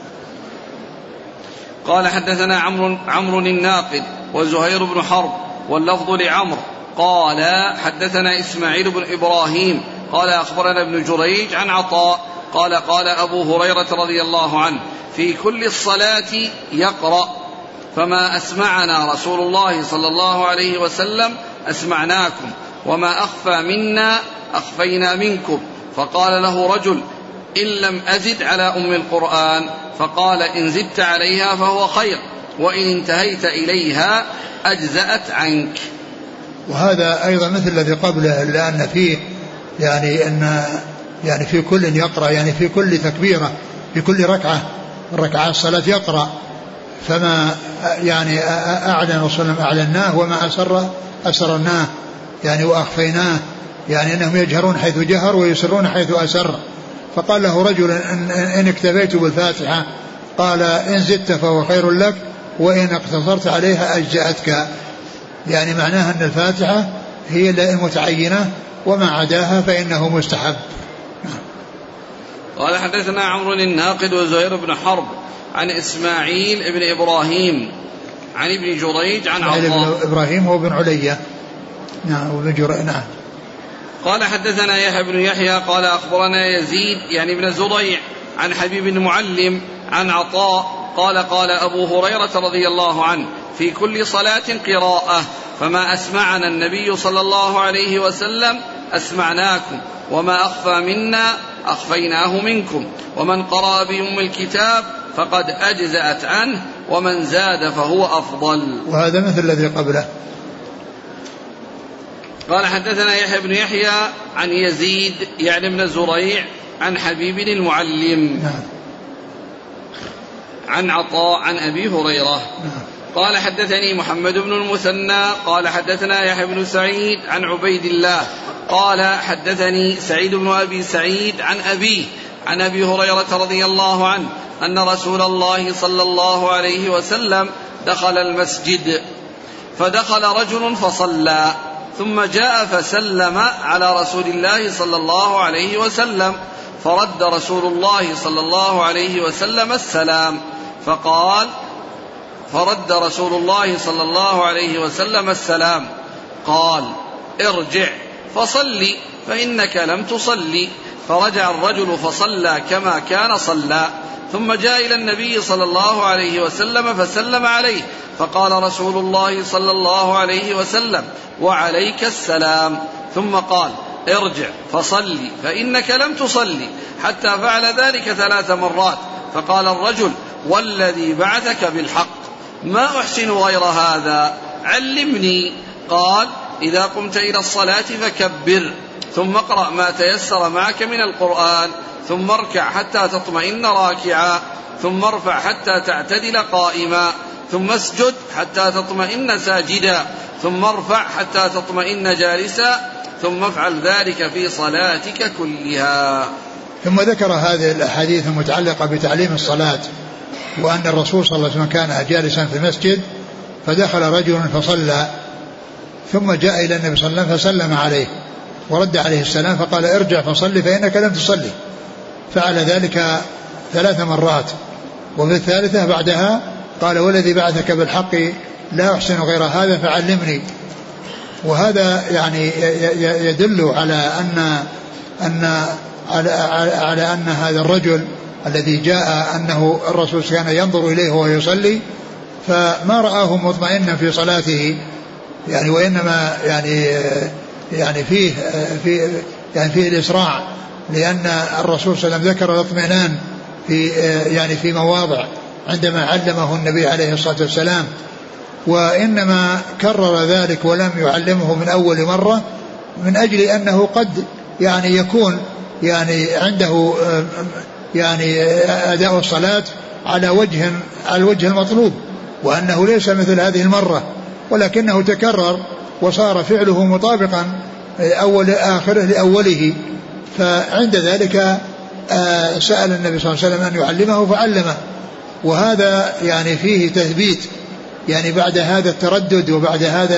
قال حدثنا عمرو الناقد وزهير بن حرب واللفظ لعمرو قال حدثنا إسماعيل بن إبراهيم قال أخبرنا ابن جريج عن عطاء قال قال أبو هريرة رضي الله عنه في كل الصلاة يقرأ فما أسمعنا رسول الله صلى الله عليه وسلم أسمعناكم وما أخفى منا أخفينا منكم. فقال له رجل إن لم أزد على أم القرآن، فقال إن زدت عليها فهو خير وإن انتهيت إليها أجزأت عنك. وهذا أيضا مثل الذي قبله، لأن فيه يعني في كل يقرأ، يعني في كل تكبيرة في كل ركعة الصلاة يقرأ، فما يعني أعلن رسول الله أعلناه وما أسرناه يعني وأخفيناه، يعني أنهم يجهرون حيث جهر ويسرون حيث أسر. فقال له رجل إن اكتفيت بالفاتحة، قال إن زدت فهو خير لك وإن اقتصرت عليها أجزأتك، يعني معناها أن الفاتحة هي المتعينة وما عداها فإنه مستحب. قال حدثنا عمرو الناقد وزهير بن حرب عن إسماعيل بن إبراهيم عن ابن جريج عن عطاء. إبراهيم هو بن علية. نعم وابن جريج. نعم. قال حدثنا يحيى بن يحيى قال أخبرنا يزيد يعني ابن زريع عن حبيب بن معلم عن عطاء قال قال أبو هريرة رضي الله عنه في كل صلاة قراءة فما أسمعنا النبي صلى الله عليه وسلم أسمعناكم وما أخفى منا أخفيناه منكم ومن قرأ بأم الكتاب فقد أجزأت عنه ومن زاد فهو أفضل. وهذا مثل الذي قبله. قال حدثنا يحيى بن يحيى عن يزيد يعني ابن زريع عن حبيب المعلم عن عطاء عن أبي هريرة. قال حدثني محمد بن المثنى قال حدثنا يحيى بن سعيد عن عبيد الله قال حدثني سعيد بن أبي سعيد عن أبيه عن أبي هريرة رضي الله عنه أن رسول الله صلى الله عليه وسلم دخل المسجد فدخل رجل فصلى ثم جاء فسلم على رسول الله صلى الله عليه وسلم فرد رسول الله صلى الله عليه وسلم السلام فقال فرد رسول الله صلى الله عليه وسلم السلام قال ارجع فصلي فإنك لم تصلي. فرجع الرجل فصلى كما كان صلى ثم جاء إلى النبي صلى الله عليه وسلم فسلم عليه فقال رسول الله صلى الله عليه وسلم وعليك السلام ثم قال ارجع فصلي فإنك لم تصلي حتى فعل ذلك 3 مرات. فقال الرجل والذي بعثك بالحق ما أحسن غير هذا علمني. قال إذا قمت إلى الصلاة فكبر ثم اقرأ ما تيسر معك من القرآن ثم اركع حتى تطمئن راكعا ثم ارفع حتى تعتدل قائما ثم اسجد حتى تطمئن ساجدا ثم ارفع حتى تطمئن جالسا ثم افعل ذلك في صلاتك كلها. ثم ذكر هذه الأحاديث المتعلقة بتعليم الصلاة وأن الرسول صلى الله عليه وسلم كان جالسا في المسجد فدخل رجل فصلى ثم جاء إلى النبي صلى الله عليه وسلم فسلم عليه ورد عليه السلام فقال ارجع فصلي فإنك لم تصلي. فعل ذلك 3 مرات وفي الثالثة بعدها قال والذي بعثك بالحق لا أحسن غير هذا فعلمني. وهذا يعني يدل على أن هذا الرجل الذي جاء أنه الرسول كان ينظر إليه وهو يصلي فما رآه مطمئنا في صلاته يعني وإنما يعني فيه الإسراع لأن الرسول صلى الله عليه وسلم ذكر الاطمئنان في مواضع عندما علمه النبي عليه الصلاة والسلام وإنما كرر ذلك ولم يعلمه من أول مرة من أجل أنه قد يعني يكون يعني عنده يعني أداء الصلاة على الوجه المطلوب وأنه ليس مثل هذه المرة ولكنه تكرر وصار فعله مطابقا أول آخره لأوله. فعند ذلك سأل النبي صلى الله عليه وسلم أن يعلمه فعلمه. وهذا يعني فيه تثبيت يعني بعد هذا التردد وبعد هذا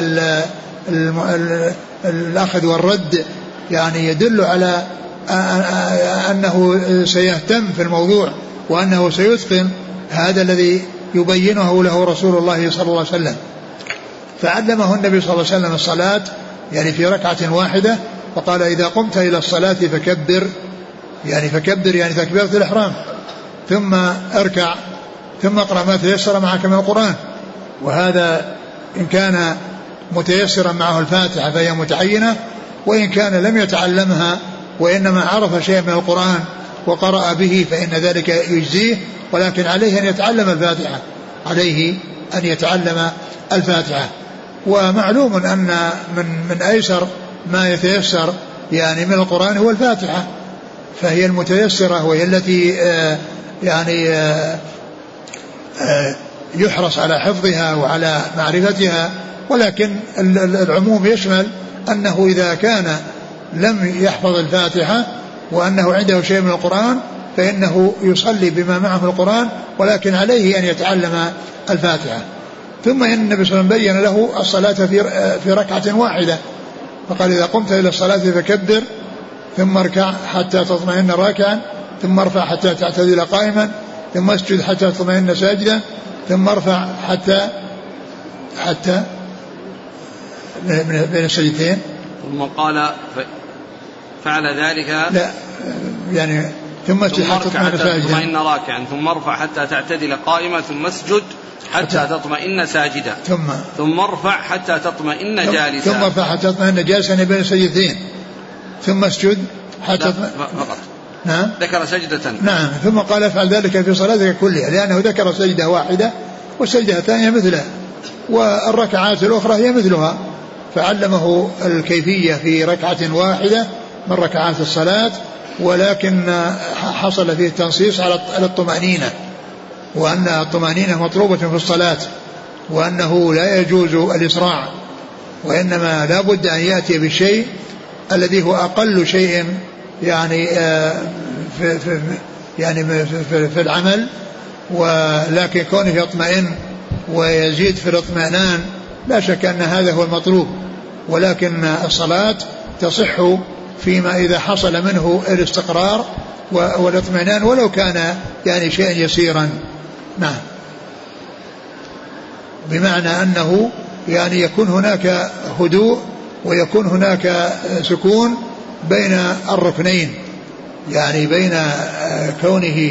الأخذ والرد يعني يدل على أنه سيهتم في الموضوع وأنه سيتقن هذا الذي يبينه له رسول الله صلى الله عليه وسلم. فعلمه النبي صلى الله عليه وسلم الصلاة يعني في ركعة واحدة وقال إذا قمت إلى الصلاة فكبر يعني تكبيرة الإحرام ثم اركع ثم اقرأ ما تيسر معك من القرآن. وهذا إن كان متيسرا معه الفاتحة فهي متعينة وإن كان لم يتعلمها وإنما عرف شيئا من القرآن وقرأ به فإن ذلك يجزيه ولكن عليه أن يتعلم الفاتحة. ومعلوم أن من أيسر ما يتيسر يعني من القرآن هو الفاتحة فهي المتيسرة وهي التي يحرص على حفظها وعلى معرفتها. ولكن العموم يشمل أنه إذا كان لم يحفظ الفاتحة وأنه عنده شيء من القرآن فإنه يصلي بما معه من القرآن ولكن عليه أن يتعلم الفاتحة. ثم إن النبي صلى الله عليه وسلم بين له الصلاة في ركعة واحدة فقال إذا قمت إلى الصلاة فكبر ثم اركع حتى تطمئن راكعا ثم ارفع حتى تعتدل قائما ثم اسجد حتى تطمئن ساجدا ثم ارفع حتى بين السجدتين ثم قال فعل ذلك لا يعني ثم اسجد حتى تطمئن راكعا ثم ارفع حتى تعتدل قائما ثم اسجد حتى تطمئن ساجدا ثم ارفع حتى تطمئن جالسا ثم ارفع حتى تطمئن جالسا بين السجدتين ثم اسجد حتى فقط نعم ذكر سجدة نعم ثم قال افعل ذلك في صلاتك كلها لأنه ذكر سجدة واحدة والسجدة الثانية مثلها والركعات الأخرى هي مثلها فعلمه الكيفية في ركعة واحدة من ركعات الصلاة ولكن حصل فيه التنصيص على الطمأنينة وأن الطمأنينة مطلوبة في الصلاة وأنه لا يجوز الإسراع وإنما لا بد أن يأتي بالشيء الذي هو أقل شيء يعني في العمل، ولكن كونه يطمئن ويزيد في الاطمئنان لا شك أن هذا هو المطلوب، ولكن الصلاة تصح فيما إذا حصل منه الاستقرار والاطمئنان ولو كان يعني شيئا يسيرا. نعم، بمعنى أنه يعني يكون هناك هدوء ويكون هناك سكون بين الركنين، يعني بين كونه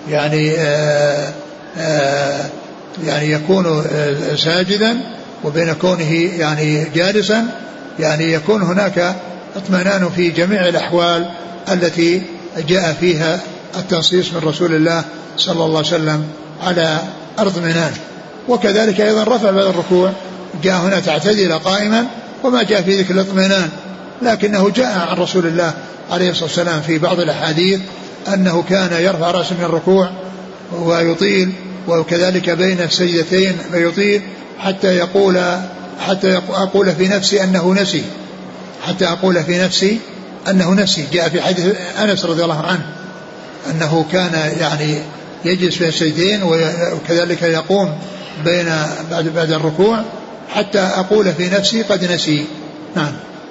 يعني يكون ساجدا وبين كونه يعني جالسا، يعني يكون هناك اطمئنان في جميع الأحوال التي جاء فيها التنصيص من رسول الله صلى الله عليه وسلم على الاطمئنان. وكذلك أيضا رفع بعد الركوع جاء هنا تعتدل قائما وما جاء في ذكر الاطمئنان، لكنه جاء عن رسول الله عليه الصلاة والسلام في بعض الأحاديث أنه كان يرفع رأسه من الركوع ويطيل، وكذلك بين السجدتين ويطيل حتى أقول في نفسي أنه نسي، حتى أقول في نفسي أنه نسي. جاء في حديث أنس رضي الله عنه أنه كان يعني يجلس في السجدين وكذلك يقوم بعد الركوع حتى أقول في نفسي قد نسي. نعم.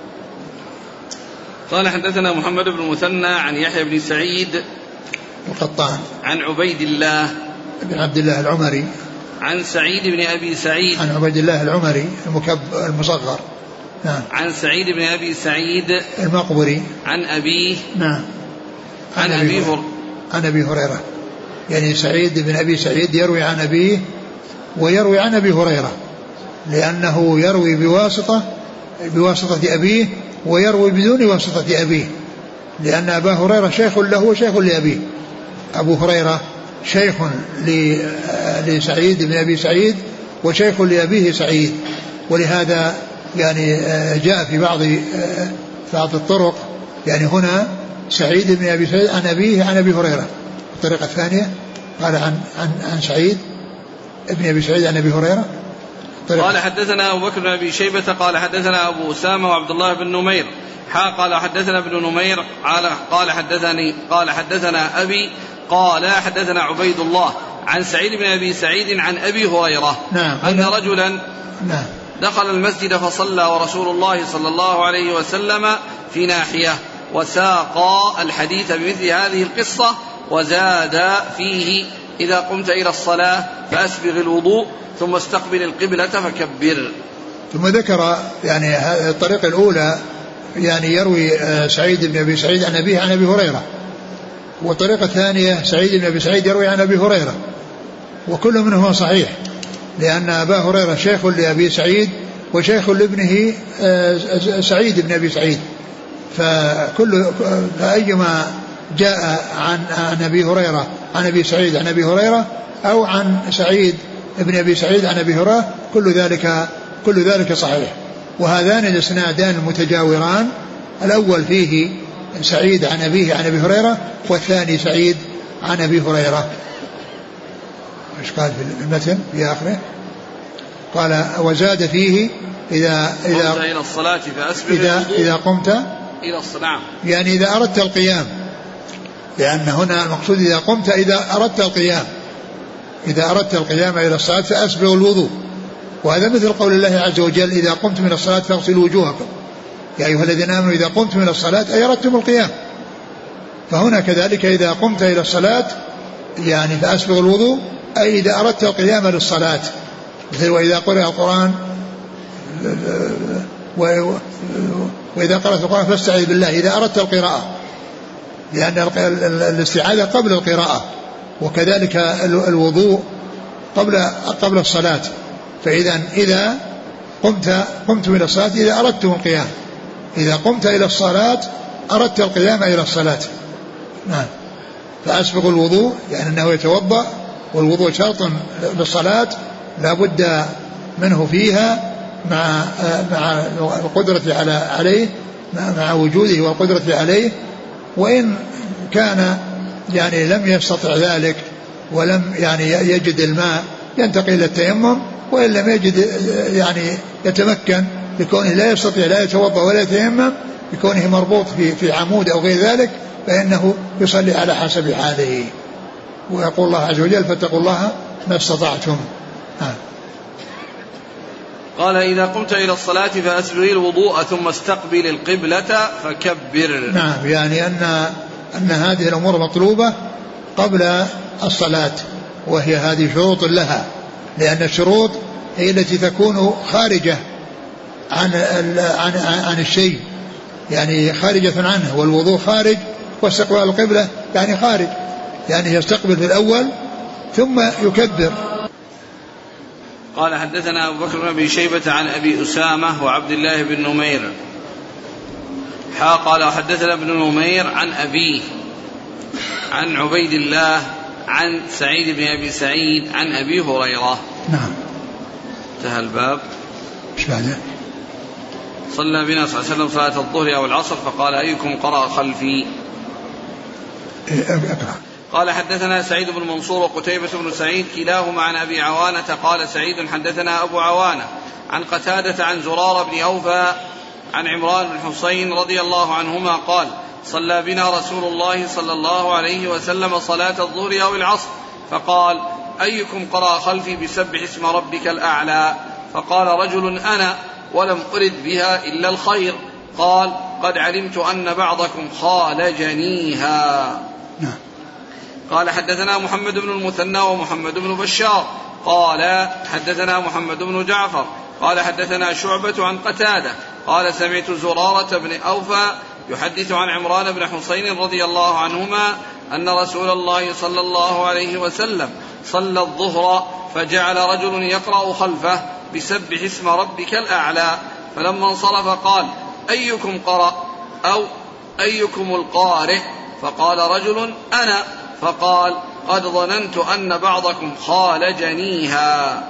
قال حدثنا محمد بن المثنى عن يحيى بن سعيد القطان عن عبيد الله بن عبد الله العمري عن سعيد بن أبي سعيد عن عبيد الله العمري المصغر. نعم. عن سعيد بن أبي سعيد المقبري عن أبيه. نعم. عن أبي هريرة، يعني سعيد بن أبي سعيد يروي عن أبيه ويروي عن أبي هريرة، لأنه يروي بواسطة أبيه ويروي بدون واسطة أبيه، لأن أبا هريرة شيخ له وشيخ لأبيه. أبو هريرة شيخ لسعيد بن أبي سعيد وشيخ لأبيه سعيد، ولهذا يعني جاء في بعض الطرق يعني هنا سعيد بن أبي سعيد عن أبيه عن أبي هريرة. الطريقة الثانية قال عن سعيد ابن أبي سعيد عن أبي هريرة. قال حدثنا أبو بكر بن أبي شيبة قال حدثنا أبو أسامة وعبد الله بن نمير قال حدثنا ابن نمير قال حدثنا أبي قال حدثنا عبيد الله عن سعيد بن أبي سعيد عن أبي هريرة. نعم. أن رجلا نعم. دخل المسجد فصلى ورسول الله صلى الله عليه وسلم في ناحية، وساق الحديث بمثل هذه القصة وزاد فيه: إذا قمت إلى الصلاة فأسبغ الوضوء ثم استقبل القبلة فكبر. ثم ذكر يعني الطريقة الأولى يعني يروي سعيد بن أبي سعيد عن أبيه عن أبي هريرة، والطريقة الثانية سعيد بن أبي سعيد يروي عن أبي هريرة، وكل منهما صحيح، لأن أبا هريرة شيخ لأبي سعيد وشيخ لابنه سعيد بن أبي سعيد، فأيما جاء عن أبي هريرة عن أبي سعيد عن أبي هريرة أو عن سعيد ابن أبي سعيد عن أبي هريرة كل ذلك صحيح. وهذان الاسنادان متجاوران، الأول فيه سعيد عن أبيه عن أبي هريرة، والثاني سعيد عن أبي هريرة. ايش قال في المتن في آخره؟ قال: وزاد فيه إذا إلى الصلاة فأسبغ إذا قمت إلى الصلاة، يعني إذا أردت القيام، لأن هنا المقصود إذا قمت إذا أردت القيام إلى الصلاة فأسبغ الوضوء. وهذا مثل قول الله عز وجل: إذا قمتم من الصلاة فاغسلوا وجوهكم يا أيها الذين آمنوا إذا قمتم من الصلاة أي أردتم القيام. فهنا كذلك إذا قمت إلى الصلاة يعني فأسبغ الوضوء أي إذا أردت القيام للصلاة، مثل وإذا قرأ القرآن وإذا قرأت القرآن فاستعذ بالله إذا أردت القراءة، لأن الاستعاذة قبل القراءة، وكذلك الوضوء قبل الصلاة. إذا قمت إلى الصلاة إذا أردت القيام، إذا قمت إلى الصلاة أردت القيام إلى الصلاة. نعم. فأسبغ الوضوء يعني أنه يتوضأ، والوضوء شرط للصلاة لا بد منه فيها مع القدرة عليه، مع وجوده والقدرة عليه. وإن كان يعني لم يستطع ذلك ولم يعني يجد الماء ينتقل إلى التيمم، وإن لم يجد يعني يتمكن بكونه لا يستطيع لا يتوضأ ولا يتيمم بكونه مربوط في عمود أو غير ذلك فإنه يصلي على حسب حاله. ويقول الله عز وجل فاتقوا الله ما استطعتم. قال إذا قمت إلى الصلاة فأسبغ الوضوء ثم استقبل القبلة فكبر. نعم، يعني أن هذه الأمور مطلوبة قبل الصلاة، وهي هذه شروط لها، لأن الشروط هي التي تكون خارجة عن الشيء، يعني خارجة عنه، والوضوء خارج واستقبال القبلة يعني خارج، يعني يستقبل في الأول ثم يكبر. قال حدثنا أبو بكر بن أبي شيبة عن أبي أسامة وعبد الله بن نمير قال حدثنا ابن نمير عن أبيه عن عبيد الله عن سعيد بن أبي سعيد عن أبي هريرة. نعم. انتهى الباب. ايش بعده؟ صلى بنا صلى الله عليه وسلم صلاة الظهر أو العصر فقال أيكم قرأ خلفي. اقرأ. قال حدثنا سعيد بن منصور وقتيبة بن سعيد كلاهما عن أبي عوانة قال سعيد حدثنا أبو عوانة عن قتادة عن زرار بن أوفى عن عمران بن حسين رضي الله عنهما قال صلى بنا رسول الله صلى الله عليه وسلم صلاة الظهر أو العصر فقال أيكم قرأ خلفي بسبح اسم ربك الأعلى؟ فقال رجل أنا ولم أرد بها إلا الخير. قال قد علمت أن بعضكم خالجنيها. قال حدثنا محمد بن المثنى ومحمد بن بشار قال حدثنا محمد بن جعفر قال حدثنا شعبة عن قتادة قال سمعت زرارة بن أوفى يحدث عن عمران بن حسين رضي الله عنهما أن رسول الله صلى الله عليه وسلم صلى الظهر فجعل رجل يقرأ خلفه بسبح اسم ربك الأعلى، فلما انصرف قال أيكم قرأ أو أيكم القارئ؟ فقال رجل أنا. فقال قد ظننت أن بعضكم خالجنيها.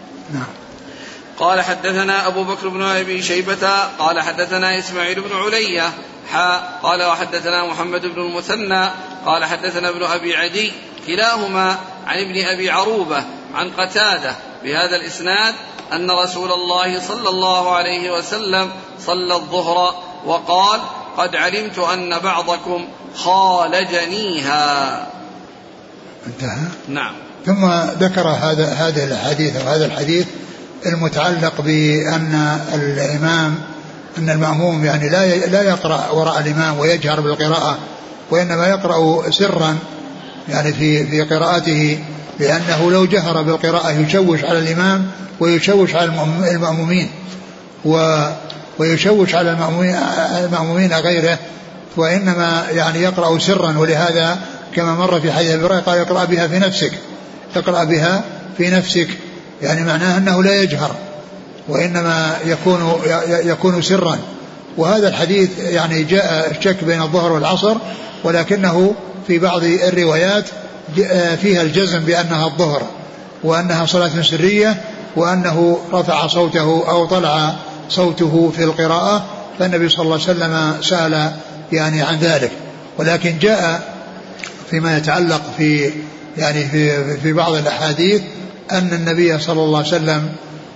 قال حدثنا أبو بكر بن أبي شيبة قال حدثنا إسماعيل بن علية قال وحدثنا محمد بن المثنى قال حدثنا ابن أبي عدي كلاهما عن ابن أبي عروبة عن قتادة بهذا الإسناد أن رسول الله صلى الله عليه وسلم صلى الظهر وقال قد علمت أن بعضكم خالجنيها. انتهى. نعم. ثم ذكر هذه الحديث وهذا الحديث المتعلق بأن الإمام أن المأموم يعني لا يقرأ وراء الإمام ويجهر بالقراءة، وإنما يقرأ سرا يعني في قراءته، لأنه لو جهر بالقراءة يشوش على الإمام ويشوش على المأمومين ويشوش على المأمومين غيره، وإنما يعني يقرأ سرا. ولهذا كما مر في حديث أبي هريرة قال يقرأ بها في نفسك، تقرأ بها في نفسك، يعني معناه أنه لا يجهر وإنما يكون سرا. وهذا الحديث يعني جاء الشك بين الظهر والعصر، ولكنه في بعض الروايات فيها الجزم بأنها الظهر وأنها صلاة سرية، وأنه رفع صوته أو طلع صوته في القراءة، فالنبي صلى الله عليه وسلم سأل يعني عن ذلك. ولكن جاء فيما يتعلق في بعض الأحاديث أن النبي صلى الله عليه وسلم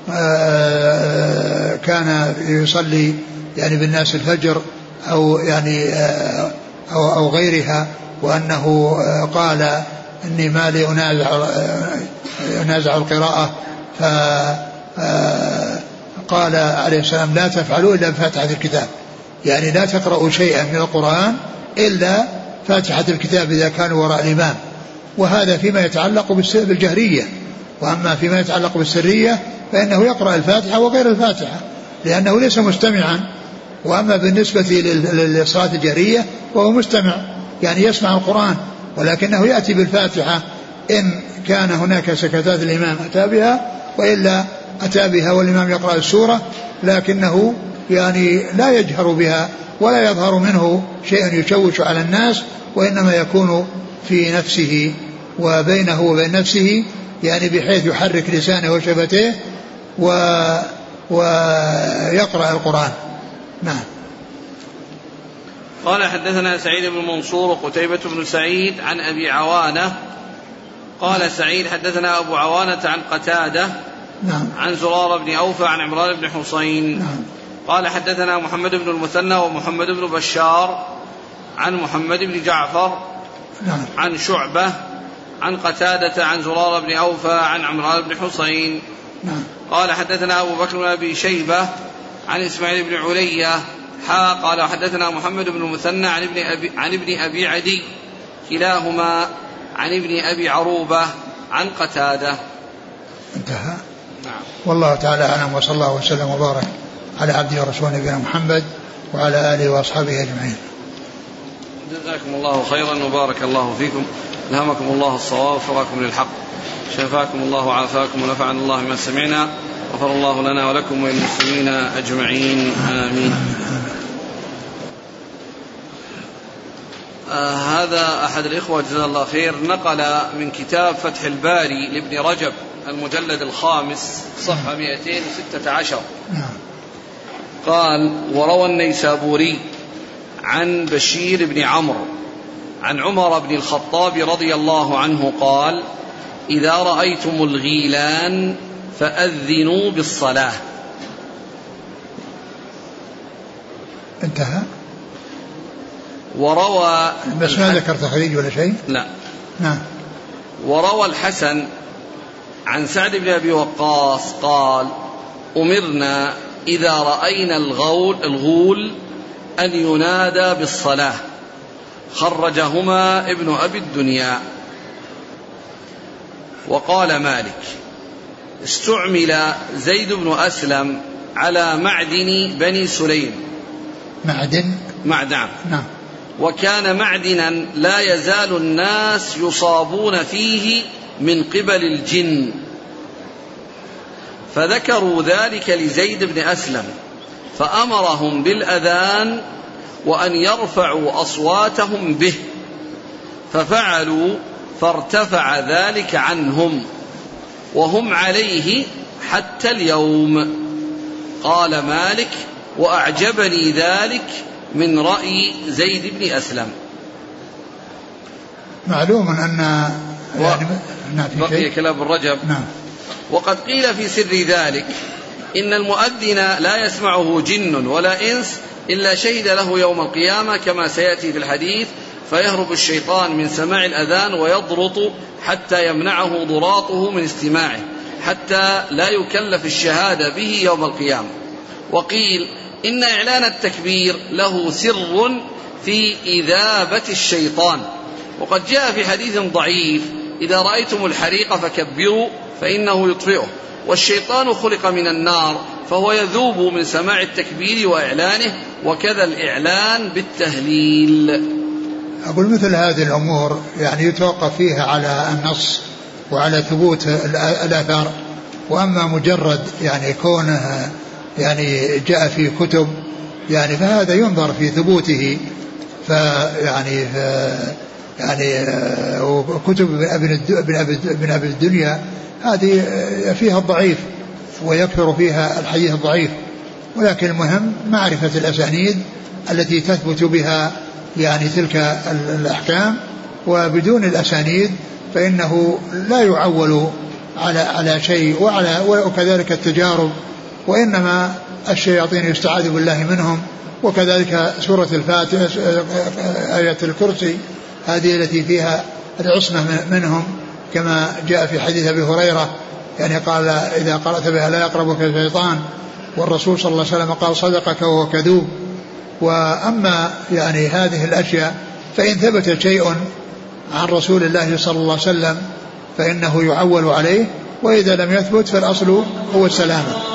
كان يصلي يعني بالناس الفجر أو يعني أو غيرها، وأنه قال إني ما لي أنازع القراءة، فقال عليه السلام لا تفعلوا إلا بفاتحة الكتاب، يعني لا تقرأوا شيئا من القرآن إلا فاتحة الكتاب إذا كانوا وراء الإمام. وهذا فيما يتعلق بالجهرية، وأما فيما يتعلق بالسرية فإنه يقرأ الفاتحة وغير الفاتحة لأنه ليس مستمعا. وأما بالنسبة للصلاة الجهرية وهو مستمع، يعني يسمع القرآن، ولكنه يأتي بالفاتحة إن كان هناك سكتات الإمام أتى بها، وإلا أتى بها والإمام يقرأ السورة، لكنه يعني لا يجهر بها ولا يظهر منه شيء يشوش على الناس، وإنما يكون في نفسه وبينه وبين نفسه، يعني بحيث يحرك لسانه وشفتيه ويقرأ القرآن. نعم. قال حدثنا سعيد بن منصور وقتيبة بن سعيد عن أبي عوانة قال سعيد حدثنا أبو عوانة عن قتادة نعم. عن زرار بن أوفى عن عمران بن حسين. نعم. قال حدثنا محمد بن المثنى ومحمد بن بشار عن محمد بن جعفر عن شعبة عن قتادة عن زرارة بن أوفى عن عمران بن حسين قال حدثنا أبو بكر بن أبي شيبة عن إسماعيل بن علية قال حدثنا محمد بن المثنى عن ابن أبي عدي كلاهما عن ابن أبي عروبة عن قتادة. انتهى. نعم. والله تعالى أعلم، وصلى الله وسلم وبارك على عبده ورسوله نبينا محمد وعلى آله وأصحابه أجمعين. جزاكم الله خيرا وبارك الله فيكم، ألهمكم الله الصواب وفقكم للحق، شفاكم الله وعافاكم ونفعنا الله بما سمعنا، غفر الله لنا ولكم وللمسلمين أجمعين، آمين. هذا أحد الإخوة جزاه الله خير نقل من كتاب فتح الباري لابن رجب المجلد الخامس صفحة 216 قال: وروى النيسابوري عن بشير بن عمرو عن عمر بن الخطاب رضي الله عنه قال: إذا رأيتم الغيلان فأذنوا بالصلاة. انتهى. وروى بس ما ذكر تخريج ولا شيء. لا. نعم. وروى الحسن عن سعد بن أبي وقاص قال: أمرنا إذا رأينا الغول أن ينادى بالصلاة. خرجهما ابن أبي الدنيا. وقال مالك: استعمل زيد بن أسلم على معدن بني سليم. معدن. نعم. وكان معدنا لا يزال الناس يصابون فيه من قبل الجن، فذكروا ذلك لزيد بن أسلم فأمرهم بالأذان وأن يرفعوا أصواتهم به، ففعلوا فارتفع ذلك عنهم وهم عليه حتى اليوم. قال مالك: وأعجبني ذلك من رأي زيد بن أسلم. معلوم أن بقي كلام الرجب. نعم. وقد قيل في سر ذلك إن المؤذن لا يسمعه جن ولا إنس إلا شهد له يوم القيامة كما سيأتي في الحديث، فيهرب الشيطان من سماع الأذان ويضرط حتى يمنعه ضراطه من استماعه حتى لا يكلف الشهادة به يوم القيامة. وقيل إن إعلان التكبير له سر في إذابة الشيطان. وقد جاء في حديث ضعيف: إذا رأيتم الحريق فكبروا فإنه يطفئه، والشيطان خلق من النار فهو يذوب من سماع التكبير وإعلانه، وكذا الإعلان بالتهليل. أقول مثل هذه الأمور يعني يتوقف فيها على النص وعلى ثبوت الآثار، وأما مجرد يعني كونه يعني جاء في كتب يعني فهذا ينظر في ثبوته، فيعني كتب ابن أبي الدنيا هذه فيها الضعيف ويكثر فيها الحديث الضعيف، ولكن المهم معرفة الأسانيد التي تثبت بها يعني تلك الأحكام، وبدون الأسانيد فإنه لا يعول على شيء، وكذلك التجارب، وإنما الشياطين يستعاذ بالله منهم. وكذلك سورة الفاتحة آية الكرسي هذه التي فيها العصمة منهم كما جاء في حديث أبي هريرة، يعني قال: إذا قرأت بها لا يقربك الشيطان، والرسول صلى الله عليه وسلم قال: صدقك وهو كذوب. وأما يعني هذه الأشياء فإن ثبت شيء عن رسول الله صلى الله عليه وسلم فإنه يعول عليه، وإذا لم يثبت فالأصل هو السلامة.